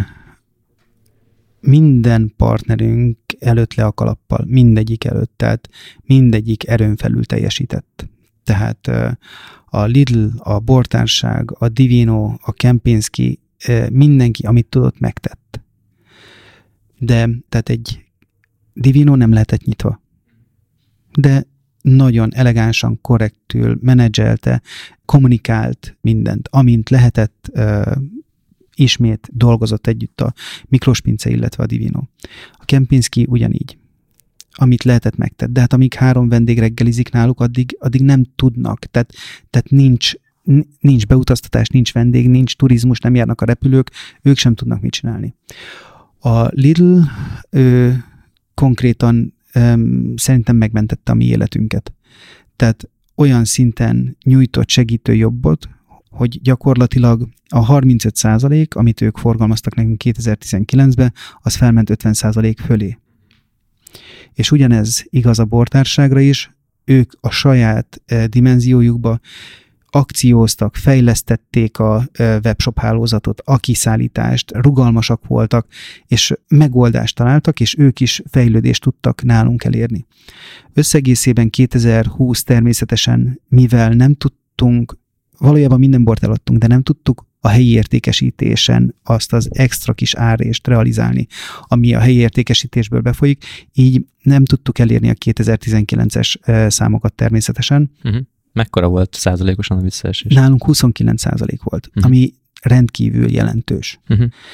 S4: minden partnerünk előtt le a kalappal, mindegyik előtt, tehát mindegyik erőn felül teljesített. Tehát uh, a Lidl, a Bortárság, a Divino, a Kempinski, mindenki, amit tudott, megtett. De, tehát egy Divino nem lehetett nyitva. De nagyon elegánsan, korrektül menedzselte, kommunikált mindent, amint lehetett, uh, ismét dolgozott együtt a Miklós Pince, illetve a Divino. A Kempinski ugyanígy. Amit lehetett, megtett. De hát amíg három vendég reggelizik náluk, addig, addig nem tudnak. Tehát, tehát nincs nincs beutaztatás, nincs vendég, nincs turizmus, nem járnak a repülők, ők sem tudnak mit csinálni. A Lidl ő, konkrétan öm, szerintem megmentette a mi életünket. Tehát olyan szinten nyújtott segítő jobbot, hogy gyakorlatilag a harmincöt százalék, amit ők forgalmaztak nekünk kétezer-tizenkilencben, az felment ötven százalék fölé. És ugyanez igaz a Bortárságra is, ők a saját eh, dimenziójukba akcióztak, fejlesztették a webshop hálózatot, a kiszállítást, rugalmasak voltak, és megoldást találtak, és ők is fejlődést tudtak nálunk elérni. Összegészében kétezer-húsz természetesen, mivel nem tudtunk, valójában minden bort eladtunk, de nem tudtuk a helyi értékesítésen azt az extra kis árést realizálni, ami a helyi értékesítésből befolyik, így nem tudtuk elérni a kétezer-tizenkilences számokat természetesen.
S1: Uh-huh. Mekkora volt százalékosan a visszaesés?
S4: Nálunk huszonkilenc százalék volt, uh-huh. ami rendkívül jelentős. Uh-huh.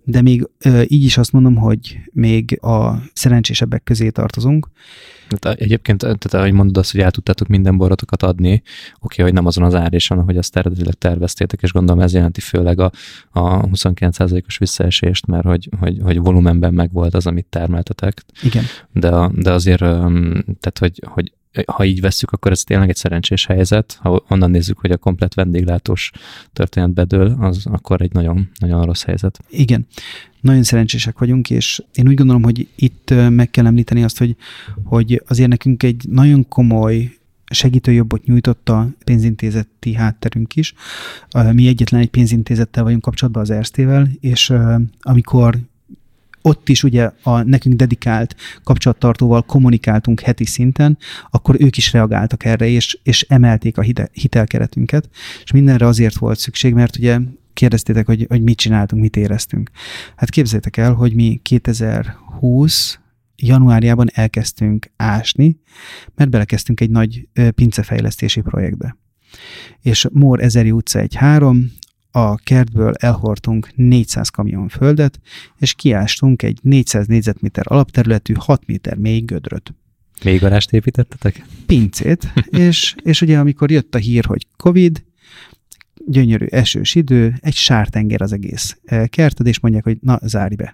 S4: de még így is azt mondom, hogy még a szerencsésebbek közé tartozunk.
S1: Tehát egyébként, tehát ahogy mondod azt, hogy el tudtátok minden borotokat adni, oké, okay, hogy nem azon az áréson, ahogy azt eredetileg terveztétek, és gondolom ez jelenti főleg a, a huszonkilenc százalékos visszaesést, mert hogy, hogy, hogy volumenben meg volt az, amit termeltetek.
S4: Igen.
S1: De, a, de azért, tehát hogy, hogy ha így vesszük, akkor ez tényleg egy szerencsés helyzet. Ha onnan nézzük, hogy a komplett vendéglátós történet bedől, az akkor egy nagyon, nagyon rossz helyzet.
S4: Igen. Nagyon szerencsések vagyunk, és én úgy gondolom, hogy itt meg kell említeni azt, hogy, hogy azért nekünk egy nagyon komoly segítőjobbot nyújtott a pénzintézeti hátterünk is. Mi egyetlen egy pénzintézettel vagyunk kapcsolatban, az Erztével, és amikor ott is ugye a nekünk dedikált kapcsolattartóval kommunikáltunk heti szinten, akkor ők is reagáltak erre, és, és emelték a hitelkeretünket, és mindenre azért volt szükség, mert ugye kérdeztétek, hogy, hogy mit csináltunk, mit éreztünk. Hát képzeljétek el, hogy mi kétezer-húsz januárjában elkezdtünk ásni, mert belekezdtünk egy nagy pincefejlesztési projektbe. És Mór Ezeri utca egy három, a kertből elhordtunk négyszáz kamion földet, és kiástunk egy négyszáz négyzetméter alapterületű, hat méter mély gödröt.
S1: Még garást építettetek?
S4: Pincét, és, és ugye amikor jött a hír, hogy Covid, gyönyörű esős idő, egy sártenger az egész kerted, és mondják, hogy na, zárj be.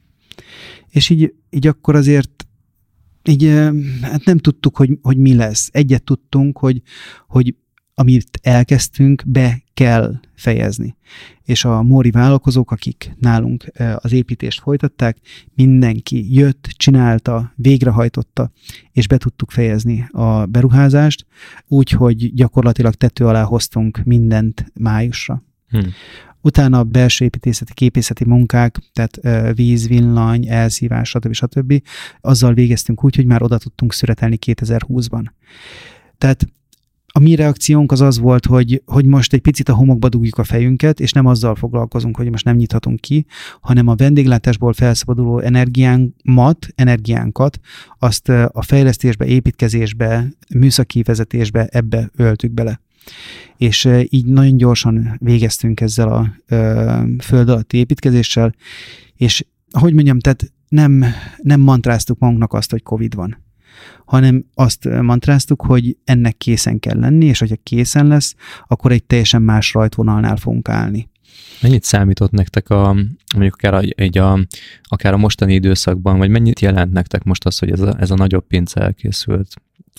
S4: És így, így akkor azért így, hát nem tudtuk, hogy, hogy mi lesz. Egyet tudtunk, hogy, hogy amit elkezdtünk, be kell fejezni. És a móri vállalkozók, akik nálunk az építést folytatták, mindenki jött, csinálta, végrehajtotta, és be tudtuk fejezni a beruházást, úgyhogy gyakorlatilag tető alá hoztunk mindent májusra. Hmm. Utána a belső építészeti, képészeti munkák, tehát víz, villany, elszívás, stb. stb. Azzal végeztünk úgy, hogy már oda tudtunk szüretelni kétezer-húszban. Tehát a mi reakciónk az az volt, hogy, hogy most egy picit a homokba dugjuk a fejünket, és nem azzal foglalkozunk, hogy most nem nyithatunk ki, hanem a vendéglátásból felszabaduló energiánkat, energiánkat, azt a fejlesztésbe, építkezésbe, műszaki vezetésbe, ebbe öltük bele. És így nagyon gyorsan végeztünk ezzel a ö, föld alatti építkezéssel, és ahogy mondjam, tehát nem, nem mantráztuk magunknak azt, hogy Covid van, hanem azt mantráztuk, hogy ennek készen kell lenni, és hogyha készen lesz, akkor egy teljesen más rajtvonalnál fogunk állni.
S1: Mennyit számított nektek a, mondjuk akár a, egy a, akár a mostani időszakban, vagy mennyit jelent nektek most az, hogy ez a, ez a nagyobb pince elkészült?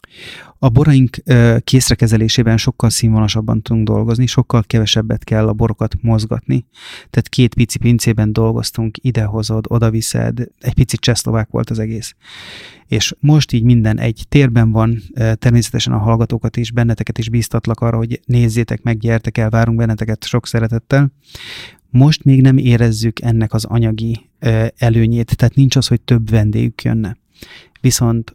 S4: A boraink készrekezelésében sokkal színvonalasabban tudunk dolgozni, sokkal kevesebbet kell a borokat mozgatni. Tehát két pici pincében dolgoztunk, idehozod, odaviszed, egy picit csehszlovák volt az egész. És most így minden egy térben van, természetesen a hallgatókat is, benneteket is bíztatlak arra, hogy nézzétek meg, gyertek el, várunk benneteket sok szeretettel. Most még nem érezzük ennek az anyagi előnyét, tehát nincs az, hogy több vendégük jönne. Viszont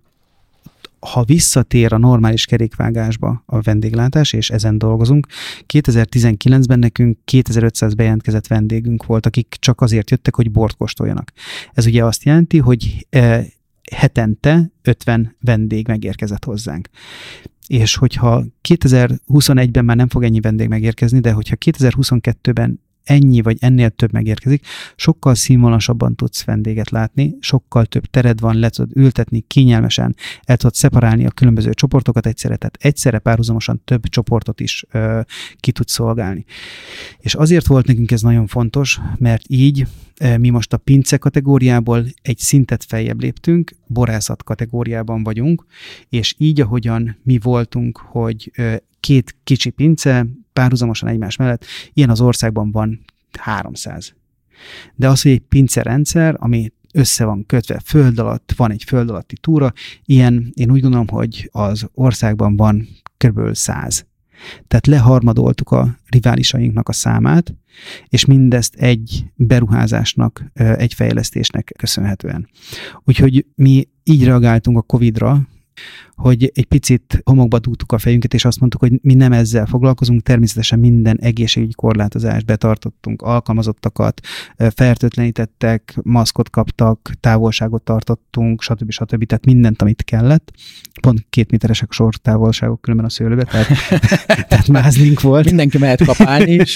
S4: ha visszatér a normális kerékvágásba a vendéglátás, és ezen dolgozunk, kétezer-tizenkilencben nekünk kétezer-ötszáz bejelentkezett vendégünk volt, akik csak azért jöttek, hogy bort kóstoljanak. Ez ugye azt jelenti, hogy eh, hetente ötven vendég megérkezett hozzánk. És hogyha kétezer-huszonegyben már nem fog ennyi vendég megérkezni, de hogyha kétezer-huszonkettőben ennyi vagy ennél több megérkezik, sokkal színvonalasabban tudsz vendéget látni, sokkal több tered van, le tudod ültetni kényelmesen, el tudod szeparálni a különböző csoportokat egyszerre, tehát egyszerre párhuzamosan több csoportot is ö, ki tudsz szolgálni. És azért volt nekünk ez nagyon fontos, mert így ö, mi most a pince kategóriából egy szintet feljebb léptünk, borászat kategóriában vagyunk, és így, ahogyan mi voltunk, hogy ö, két kicsi pince párhuzamosan egymás mellett, ilyen az országban van háromszáz. De az, hogy egy pincerendszer, ami össze van kötve föld alatt, van egy föld alatti túra, ilyen én úgy gondolom, hogy az országban van kb. száz. Tehát leharmadoltuk a riválisainknak a számát, és mindezt egy beruházásnak, egy fejlesztésnek köszönhetően. Úgyhogy mi így reagáltunk a Covidra, hogy egy picit homokba dugtuk a fejünket, és azt mondtuk, hogy mi nem ezzel foglalkozunk, természetesen minden egészségügyi korlátozást betartottunk, alkalmazottakat, fertőtlenítettek, maszkot kaptak, távolságot tartottunk, stb. stb. Tehát mindent, amit kellett. Pont két méteresek sortávolságok különben a szőlőbe, tehát, tehát mázlink volt.
S3: Mindenki mehet kapálni is.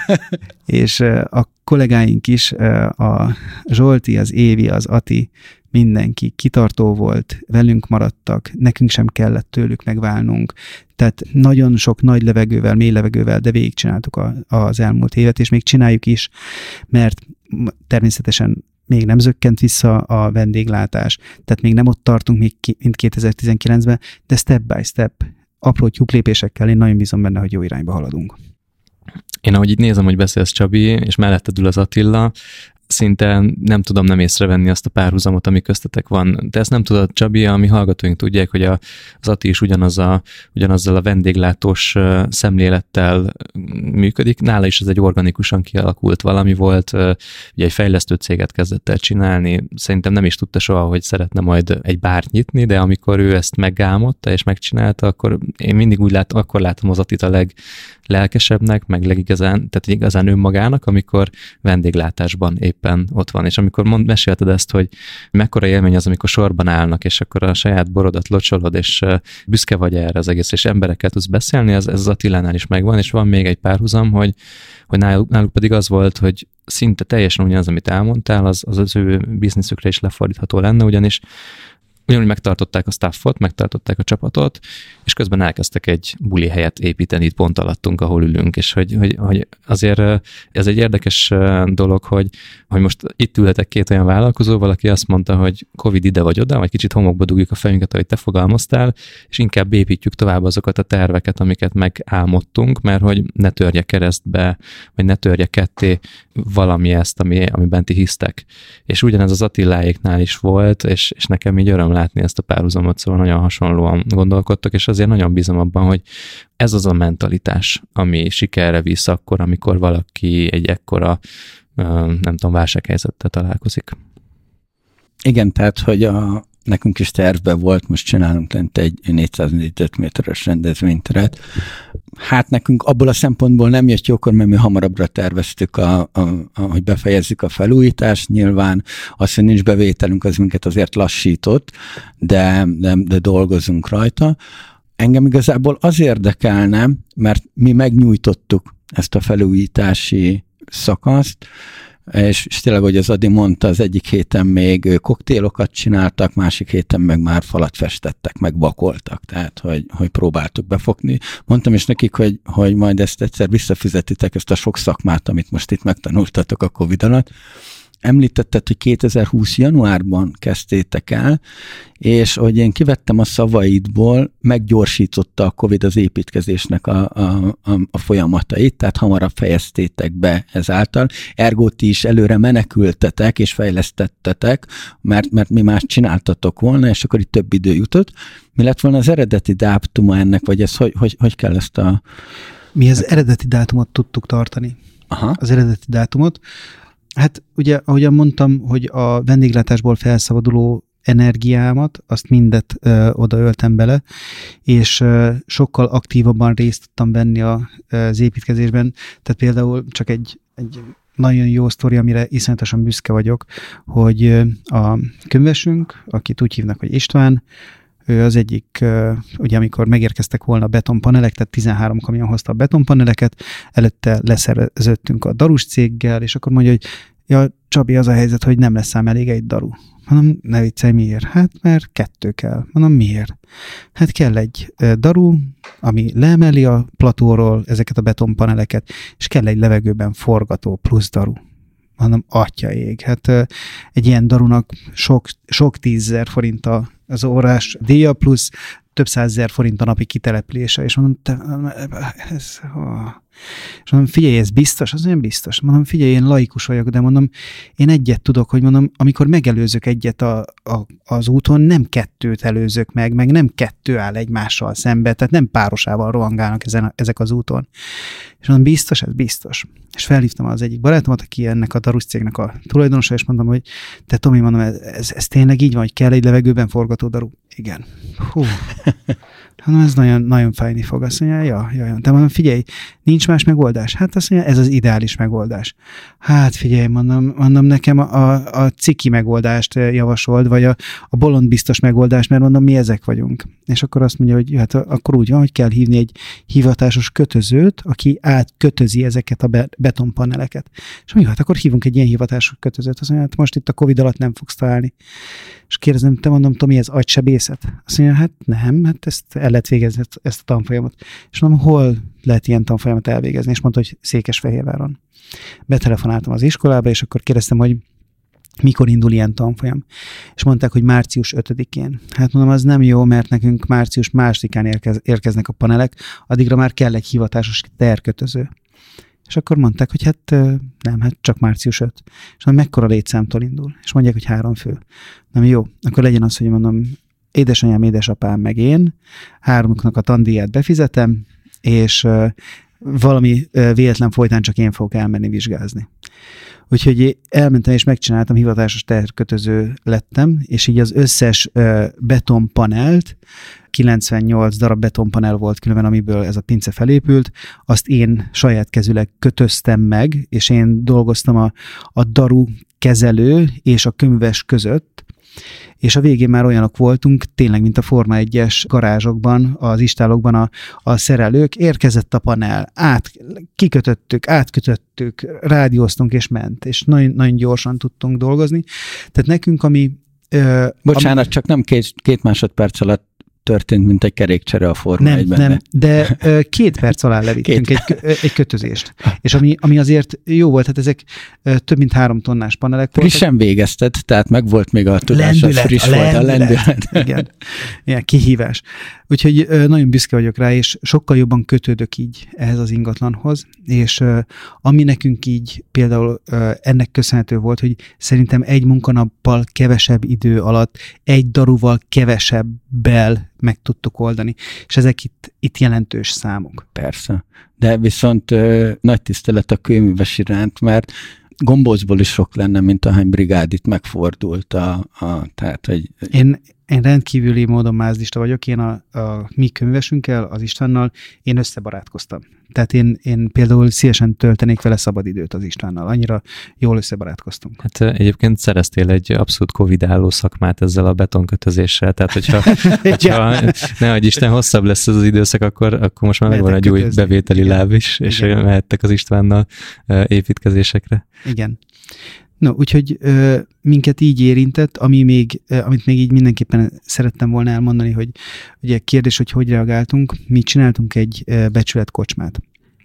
S4: És a kollégáink is, a Zsolti, az Évi, az Ati, mindenki kitartó volt, velünk maradtak, nekünk sem kellett tőlük megválnunk. Tehát nagyon sok nagy levegővel, mély levegővel, de végigcsináltuk a, az elmúlt évet, és még csináljuk is, mert természetesen még nem zökkent vissza a vendéglátás, tehát még nem ott tartunk, még ki, mint kétezer-tizenkilencben, de step by step, apró tyúk lépésekkel én nagyon bízom benne, hogy jó irányba haladunk.
S1: Én ahogy itt nézem, hogy beszélsz, Csabi, és melletted ül az Attila, szinte nem tudom nem észrevenni azt a párhuzamot, ami köztetek van. Te ezt nem tudod, Csabi, a mi hallgatóink tudják, hogy a, az Ati is ugyanaz a, ugyanazzal a vendéglátós szemlélettel működik. Nála is ez egy organikusan kialakult valami volt, ugye egy fejlesztő céget kezdett el csinálni, szerintem nem is tudta soha, hogy szeretne majd egy bárt nyitni, de amikor ő ezt megálmodta és megcsinálta, akkor én mindig úgy látom, akkor látom az Atit a leglelkesebbnek, meg legigazán, tehát igazán önmagának, amikor vendéglátásban éppen ott van. És amikor mond, mesélted ezt, hogy mekkora élmény az, amikor sorban állnak, és akkor a saját borodat locsolod, és büszke vagy erre az egész, és emberekkel tudsz beszélni, ez, ez az Attilánál is megvan, és van még egy párhuzam, hogy, hogy náluk, náluk pedig az volt, hogy szinte teljesen ugyanaz, amit elmondtál, az az, az ő bizniszükre is lefordítható lenne, ugyanis ugyanúgy megtartották a staffot, megtartották a csapatot, és közben elkezdtek egy buli helyet építeni itt pont alattunk, ahol ülünk, és hogy, hogy, hogy azért ez egy érdekes dolog, hogy, hogy most itt ülhetek két olyan vállalkozóval, aki azt mondta, hogy Covid ide vagy oda, vagy kicsit homokba dugjuk a fejünket, ahogy te fogalmaztál, és inkább építjük tovább azokat a terveket, amiket megálmodtunk, mert hogy ne törje keresztbe, vagy ne törje ketté valami ezt, ami, amiben ti hisztek. És ugyanez az Attiláéknál is volt, és, és nekem így öröm látni ezt a párhuzamot, szóval nagyon hasonlóan gondolkodtak, és azért nagyon bízom abban, hogy ez az a mentalitás, ami sikerre visz akkor, amikor valaki egy ekkora, nem tudom, válsághelyzettel találkozik.
S3: Igen, tehát, hogy a, nekünk is tervben volt, most csinálunk lent egy négyszáznegyvenöt méteres rendezvényteret. Hát nekünk abból a szempontból nem jött jókor, mert mi hamarabbra terveztük, a, a, a, hogy befejezzük a felújítást. Nyilván az, hogy nincs bevételünk, az minket azért lassított, de, de, de dolgozunk rajta. Engem igazából az érdekelne, mert mi megnyújtottuk ezt a felújítási szakaszt, és, és tényleg, hogy az Adi mondta, az egyik héten még koktélokat csináltak, másik héten meg már falat festettek, meg vakoltak, tehát, hogy, hogy próbáltuk befogni. Mondtam is nekik, hogy, hogy majd ezt egyszer visszafizetitek, ezt a sok szakmát, amit most itt megtanultatok a Covid alatt. Említetted, hogy kétezer-húsz januárban kezdtétek el, és hogy én kivettem a szavaidból, meggyorsította a Covid az építkezésnek a, a, a, a folyamatait, tehát hamarabb fejeztétek be ezáltal. Ergo ti is előre menekültetek és fejlesztettetek, mert, mert mi más csináltatok volna, és akkor itt több idő jutott. Mi lett volna az eredeti dátuma ennek, vagy ez hogy, hogy, hogy kell ezt a...
S4: Mi az eredeti dátumot tudtuk tartani.
S3: Aha.
S4: Az eredeti dátumot. Hát ugye, ahogyan mondtam, hogy a vendéglátásból felszabaduló energiámat, azt mindet ö, odaöltem bele, és ö, sokkal aktívabban részt tudtam venni a, az építkezésben. Tehát például csak egy, egy nagyon jó sztori, amire iszonyatosan büszke vagyok, hogy ö, a könyvesünk, akit úgy hívnak, hogy István, ő az egyik, ugye amikor megérkeztek volna a betonpanelek, tehát tizenhárom kamion hozta a betonpaneleket, előtte leszerződtünk a darus céggel, és akkor mondja, hogy ja, Csabi, az a helyzet, hogy nem lesz ám elég egy daru. Mondom, ne viccelj, miért? Hát, mert kettő kell. Mondom, miért? Hát kell egy daru, ami leemeli a platóról ezeket a betonpaneleket, és kell egy levegőben forgató plusz daru. Mondom, atya ég. Hát egy ilyen darunak sok, sok tízezer forint az órás díja, plusz több százezer forint a napi kitelepülése, és mondom, te, ez, oh. És mondom, figyelj, ez biztos? Az nem biztos. Mondom, figyelj, én laikus vagyok, de mondom, én egyet tudok, hogy mondom, amikor megelőzök egyet a, a, az úton, nem kettőt előzök meg, meg nem kettő áll egymással szembe, tehát nem párosával rohangálnak ezen, ezek az úton. És mondom, biztos? Ez biztos. És felhívtam az egyik barátomat, aki ennek a darus cégnek a tulajdonosa, és mondom, hogy te Tomi, mondom, ez, ez, ez tényleg így van, hogy kell egy levegőben forgató daru? igen. Hú. Hát ez nagyon, nagyon fájni fog. Azt mondja, ja, ja, ja. De mondom, figyelj, nincs más megoldás. Hát azt mondja, ez az ideális megoldás. Hát figyelj, mondom, mondom nekem a, a ciki megoldást javasold, vagy a, a bolond biztos megoldást, mert mondom, mi ezek vagyunk. És akkor azt mondja, hogy hát akkor úgy van, hogy kell hívni egy hivatásos kötözőt, aki átkötözi ezeket a be, betonpaneleket. És mondja, hát akkor hívunk egy ilyen hivatásos kötözőt. Azt mondja, hát most itt a Covid alatt nem fogsz találni. És kérdezem, te mondom, Tomi, ez agysebészet? Azt mondja, hát nem, hát ezt el lehet végezni, ezt a tanfolyamot. És mondom, hol lehet ilyen tanfolyamot elvégezni? És mondta, hogy Székesfehérváron. Betelefonáltam az iskolába, és akkor kérdeztem, hogy mikor indul ilyen tanfolyam. És mondták, hogy március ötödikén. Hát mondom, az nem jó, mert nekünk március másodikán érkez, érkeznek a panelek, addigra már kell egy hivatásos terkötöző. És akkor mondták, hogy hát nem, hát csak március ötödike. És mondom, mekkora létszámtól indul? És mondják, hogy három fő. Nem jó, akkor legyen az, hogy mondom, édesanyám, édesapám meg én, háromuknak a tandíját befizetem, és valami véletlen folytán csak én fogok elmenni vizsgázni. Úgyhogy elmentem és megcsináltam, hivatásos terkötöző lettem, és így az összes betonpanelt, kilencvennyolc darab betonpanel volt különben, amiből ez a pince felépült, azt én saját kezűleg kötöztem meg, és én dolgoztam a, a daru kezelő és a köműves között, és a végén már olyanok voltunk, tényleg, mint a Forma egyes garázsokban, az istálokban a, a szerelők, érkezett a panel, át, kikötöttük, átkötöttük, rádióztunk és ment, és nagyon, nagyon gyorsan tudtunk dolgozni. Tehát nekünk, ami... Ö,
S3: Bocsánat,
S4: ami,
S3: csak nem két, két másodperc alatt történt, mint egy kerékcsere a Forma
S4: nem,
S3: egyben.
S4: Nem, de ö, két perc alá levittünk egy, egy kötözést. És ami, ami azért jó volt, hát ezek ö, több mint három tonnás panelek voltak.
S3: Frissen végezted, tehát meg volt még a tudás,
S4: lendület,
S3: friss
S4: a
S3: volt
S4: lendület.
S3: a lendület.
S4: Igen. Igen, kihívás. Úgyhogy ö, nagyon büszke vagyok rá, és sokkal jobban kötődök így ehhez az ingatlanhoz, és ö, ami nekünk így például ö, ennek köszönhető volt, hogy szerintem egy munkanappal kevesebb idő alatt, egy daruval kevesebbel meg tudtuk oldani. És ezek itt, itt jelentős számok.
S3: Persze. De viszont ö, nagy tisztelet a kőműves iránt, mert gombócból is sok lenne, mint ahány brigád itt megfordult. A, a, tehát, hogy...
S4: Én, én rendkívüli módon mázdista vagyok. Én a, a mi könyvesünkkel, az Istvánnal, én összebarátkoztam. Tehát én, én például szívesen töltenék vele szabadidőt az Istvánnal. Annyira jól összebarátkoztunk.
S1: Hát egyébként szereztél egy abszolút covidáló szakmát ezzel a betonkötözéssel, tehát hogyha, hogyha nehogy Isten hosszabb lesz ez az időszak, akkor, akkor most már megvan egy új bevételi
S4: igen.
S1: láb is, és
S4: Igen.
S1: mehettek az Istvánnal építkezésekre.
S4: Igen. No, úgyhogy ö, minket így érintett, ami még, ö, amit még így mindenképpen szerettem volna elmondani, hogy ugye kérdés, hogy hogy reagáltunk, mi csináltunk egy ö, becsületkocsmát.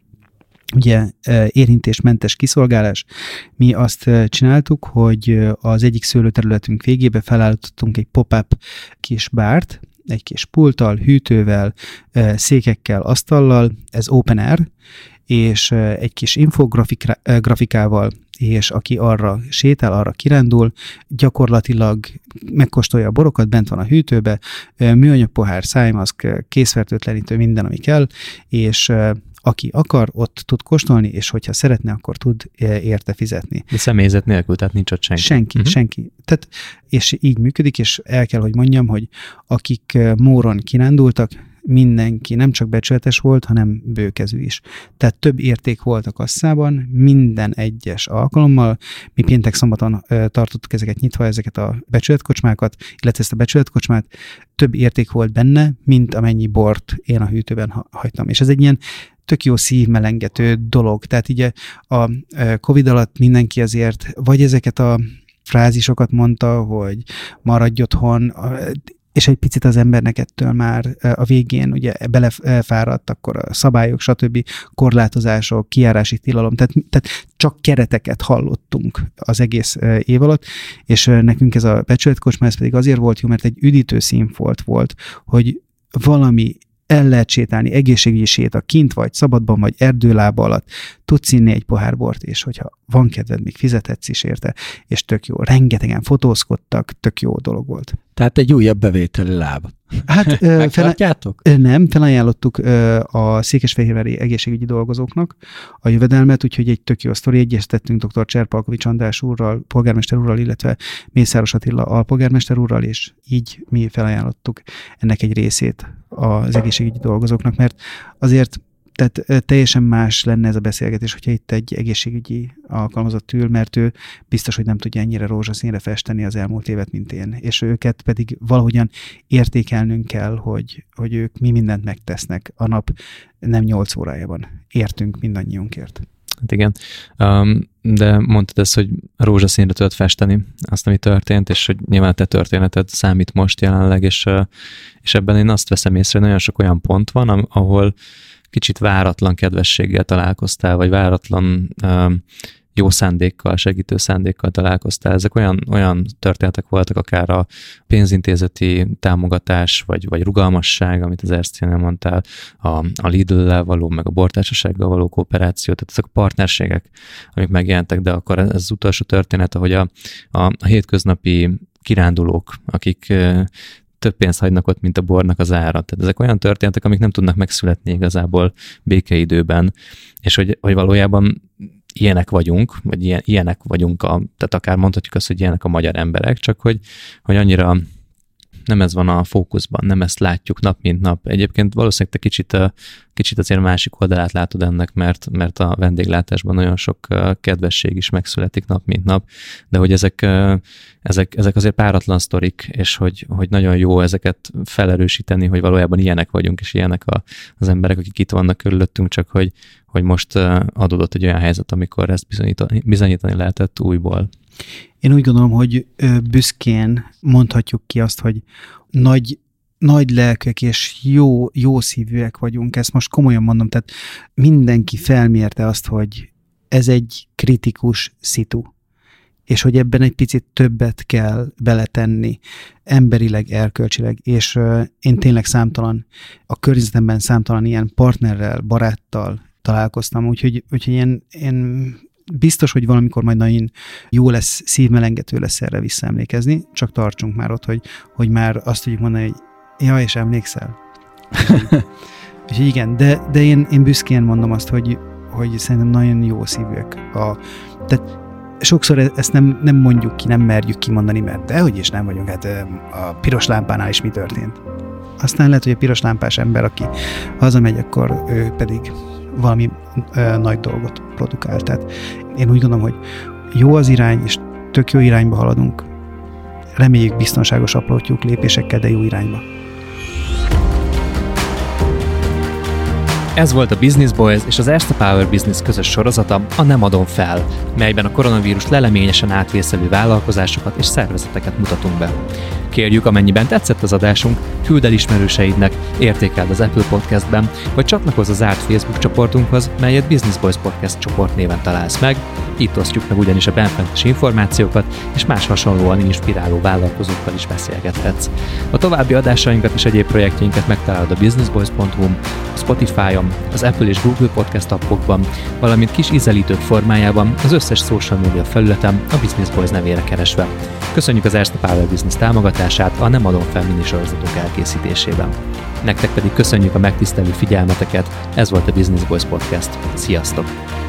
S4: Ugye ö, érintésmentes kiszolgálás, mi azt ö, csináltuk, hogy ö, az egyik szőlőterületünk végébe felállítottunk egy pop-up kis bárt, egy kis pulttal, hűtővel, ö, székekkel, asztallal, ez open air, és ö, egy kis infografikával, és aki arra sétál, arra kirándul, gyakorlatilag megkóstolja a borokat, bent van a hűtőbe, műanyag pohár, szájmaszk, készfertőtlenítő, minden, ami kell, és aki akar, ott tud kóstolni, és hogyha szeretne, akkor tud érte fizetni.
S1: De személyzet nélkül, tehát nincs ott senki.
S4: Senki, uh-huh. senki. Tehát, és így működik, és el kell, hogy mondjam, hogy akik móron kirándultak, mindenki nem csak becsületes volt, hanem bőkezű is. Tehát több érték volt a kasszában, minden egyes alkalommal. Mi péntek szombaton ö, tartottuk ezeket nyitva, ezeket a becsületkocsmákat, illetve ezt a becsületkocsmát, több érték volt benne, mint amennyi bort én a hűtőben ha- hagytam. És ez egy ilyen tök jó szívmelengető dolog. Tehát így a, a Covid alatt mindenki azért, vagy ezeket a frázisokat mondta, hogy maradj otthon, és egy picit az embernek ettől már a végén ugye belefáradt, akkor a szabályok, stb. Korlátozások, kijárási tilalom, tehát, tehát csak kereteket hallottunk az egész év alatt, és nekünk ez a becsületkocsma, ez pedig azért volt jó, mert egy üdítő színfolt volt, hogy valami el lehet sétálni, egészségügyi séta, kint vagy, szabadban vagy, erdőlába alatt, tudsz inni egy pohár bort, és hogyha van kedved, még fizethetsz is érte, és tök jó. Rengetegen fotózkodtak, tök jó dolog volt.
S3: Tehát egy újabb bevételi láb.
S4: Hát
S3: megtartjátok?
S4: Fel, nem, felajánlottuk a székesfehérvári egészségügyi dolgozóknak a jövedelmet, úgyhogy egy tök jó sztori, egyeztettünk dr. Cserpalkovics András úrral, polgármester úrral, illetve Mészáros Attila alpolgármester úrral, és így mi felajánlottuk ennek egy részét az egészségügyi dolgozóknak, mert azért tehát teljesen más lenne ez a beszélgetés, hogyha itt egy egészségügyi alkalmazott ül, mert ő biztos, hogy nem tudja ennyire rózsaszínre festeni az elmúlt évet, mint én. És őket pedig valahogyan értékelnünk kell, hogy, hogy ők mi mindent megtesznek a nap nem nyolc órájában. Értünk mindannyiunkért.
S1: Hát igen, um, de mondtad ezt, hogy rózsaszínre tudod festeni azt, ami történt, és hogy nyilván a te történeted számít most jelenleg, és, és ebben én azt veszem észre, hogy nagyon sok olyan pont van, ahol kicsit váratlan kedvességgel találkoztál, vagy váratlan um, jó szándékkal, segítő szándékkal találkoztál. Ezek olyan, olyan történetek voltak, akár a pénzintézeti támogatás, vagy, vagy rugalmasság, amit az Erzcénél mondtál, a, a Lidl-lel való, meg a bortársasággal való kooperáció, tehát ezek a partnerségek, amik megjelentek, de akkor ez az utolsó történet, ahogy a, a, a hétköznapi kirándulók, akik több pénzt hagynak ott, mint a bornak az ára. Tehát ezek olyan történetek, amik nem tudnak megszületni igazából békeidőben, és hogy, hogy valójában ilyenek vagyunk, vagy ilyen, ilyenek vagyunk, a, tehát akár mondhatjuk azt, hogy ilyenek a magyar emberek, csak hogy, hogy annyira nem ez van a fókuszban, nem ezt látjuk nap mint nap. Egyébként valószínűleg te kicsit, kicsit azért másik oldalát látod ennek, mert, mert a vendéglátásban nagyon sok kedvesség is megszületik nap mint nap, de hogy ezek, ezek, ezek azért páratlan sztorik, és hogy, hogy nagyon jó ezeket felerősíteni, hogy valójában ilyenek vagyunk, és ilyenek a, az emberek, akik itt vannak körülöttünk, csak hogy, hogy most adódott egy olyan helyzet, amikor ezt bizonyítani, bizonyítani lehetett újból.
S4: Én úgy gondolom, hogy büszkén mondhatjuk ki azt, hogy nagy, nagy lelkek és jó, jó szívűek vagyunk. Ezt most komolyan mondom, tehát mindenki felmérte azt, hogy ez egy kritikus szitu, és hogy ebben egy picit többet kell beletenni, emberileg, erkölcsileg, és én tényleg számtalan, a környezetemben számtalan ilyen partnerrel, baráttal találkoztam, úgyhogy, úgyhogy én, én biztos, hogy valamikor majd nagyon jó lesz, szívmelengető lesz erre visszaemlékezni, csak tartsunk már ott, hogy, hogy már azt tudjuk mondani, hogy ja, és emlékszel. Úgyhogy igen, de, de én, én büszkén mondom azt, hogy, hogy szerintem nagyon jó szívűek. A, tehát sokszor ezt nem, nem mondjuk ki, nem merjük kimondani, mert dehogy is nem vagyunk, hát a piros lámpánál is mi történt. Aztán lehet, hogy a piros lámpás ember, aki hazamegy, akkor ő pedig valami ö, nagy dolgot produkál. Tehát én úgy gondolom, hogy jó az irány, és tök jó irányba haladunk. Reméljük biztonságos aprótyúk lépésekkel, de jó irányba.
S1: Ez volt a Business Boys és az Erste Power Business közös sorozata, a Nem adom fel, melyben a koronavírus leleményesen átvészelő vállalkozásokat és szervezeteket mutatunk be. Kérjük, amennyiben tetszett az adásunk, küld el ismerőseidnek, értékeld az Apple Podcastben, vagy csatlakozz a zárt Facebook csoportunkhoz, melyet Business Boys Podcast csoport néven találsz meg. Itt osztjuk meg ugyanis a benfentes információkat, és más hasonlóan inspiráló vállalkozókkal is beszélgethetsz. A további adásainkat és egyéb projektjeinket megtalálod a businessboys pont hu, a Spotify-on, az Apple és Google Podcast appokban, valamint kis ízelítők formájában az összes social media felületen a Business Boys nevére keresve. Köszönjük az Erste Power Business támogatását a Nem adom fel minisorozatok elkészítésében. Nektek pedig köszönjük a megtisztelő figyelmeteket, ez volt a Business Boys Podcast. Sziasztok!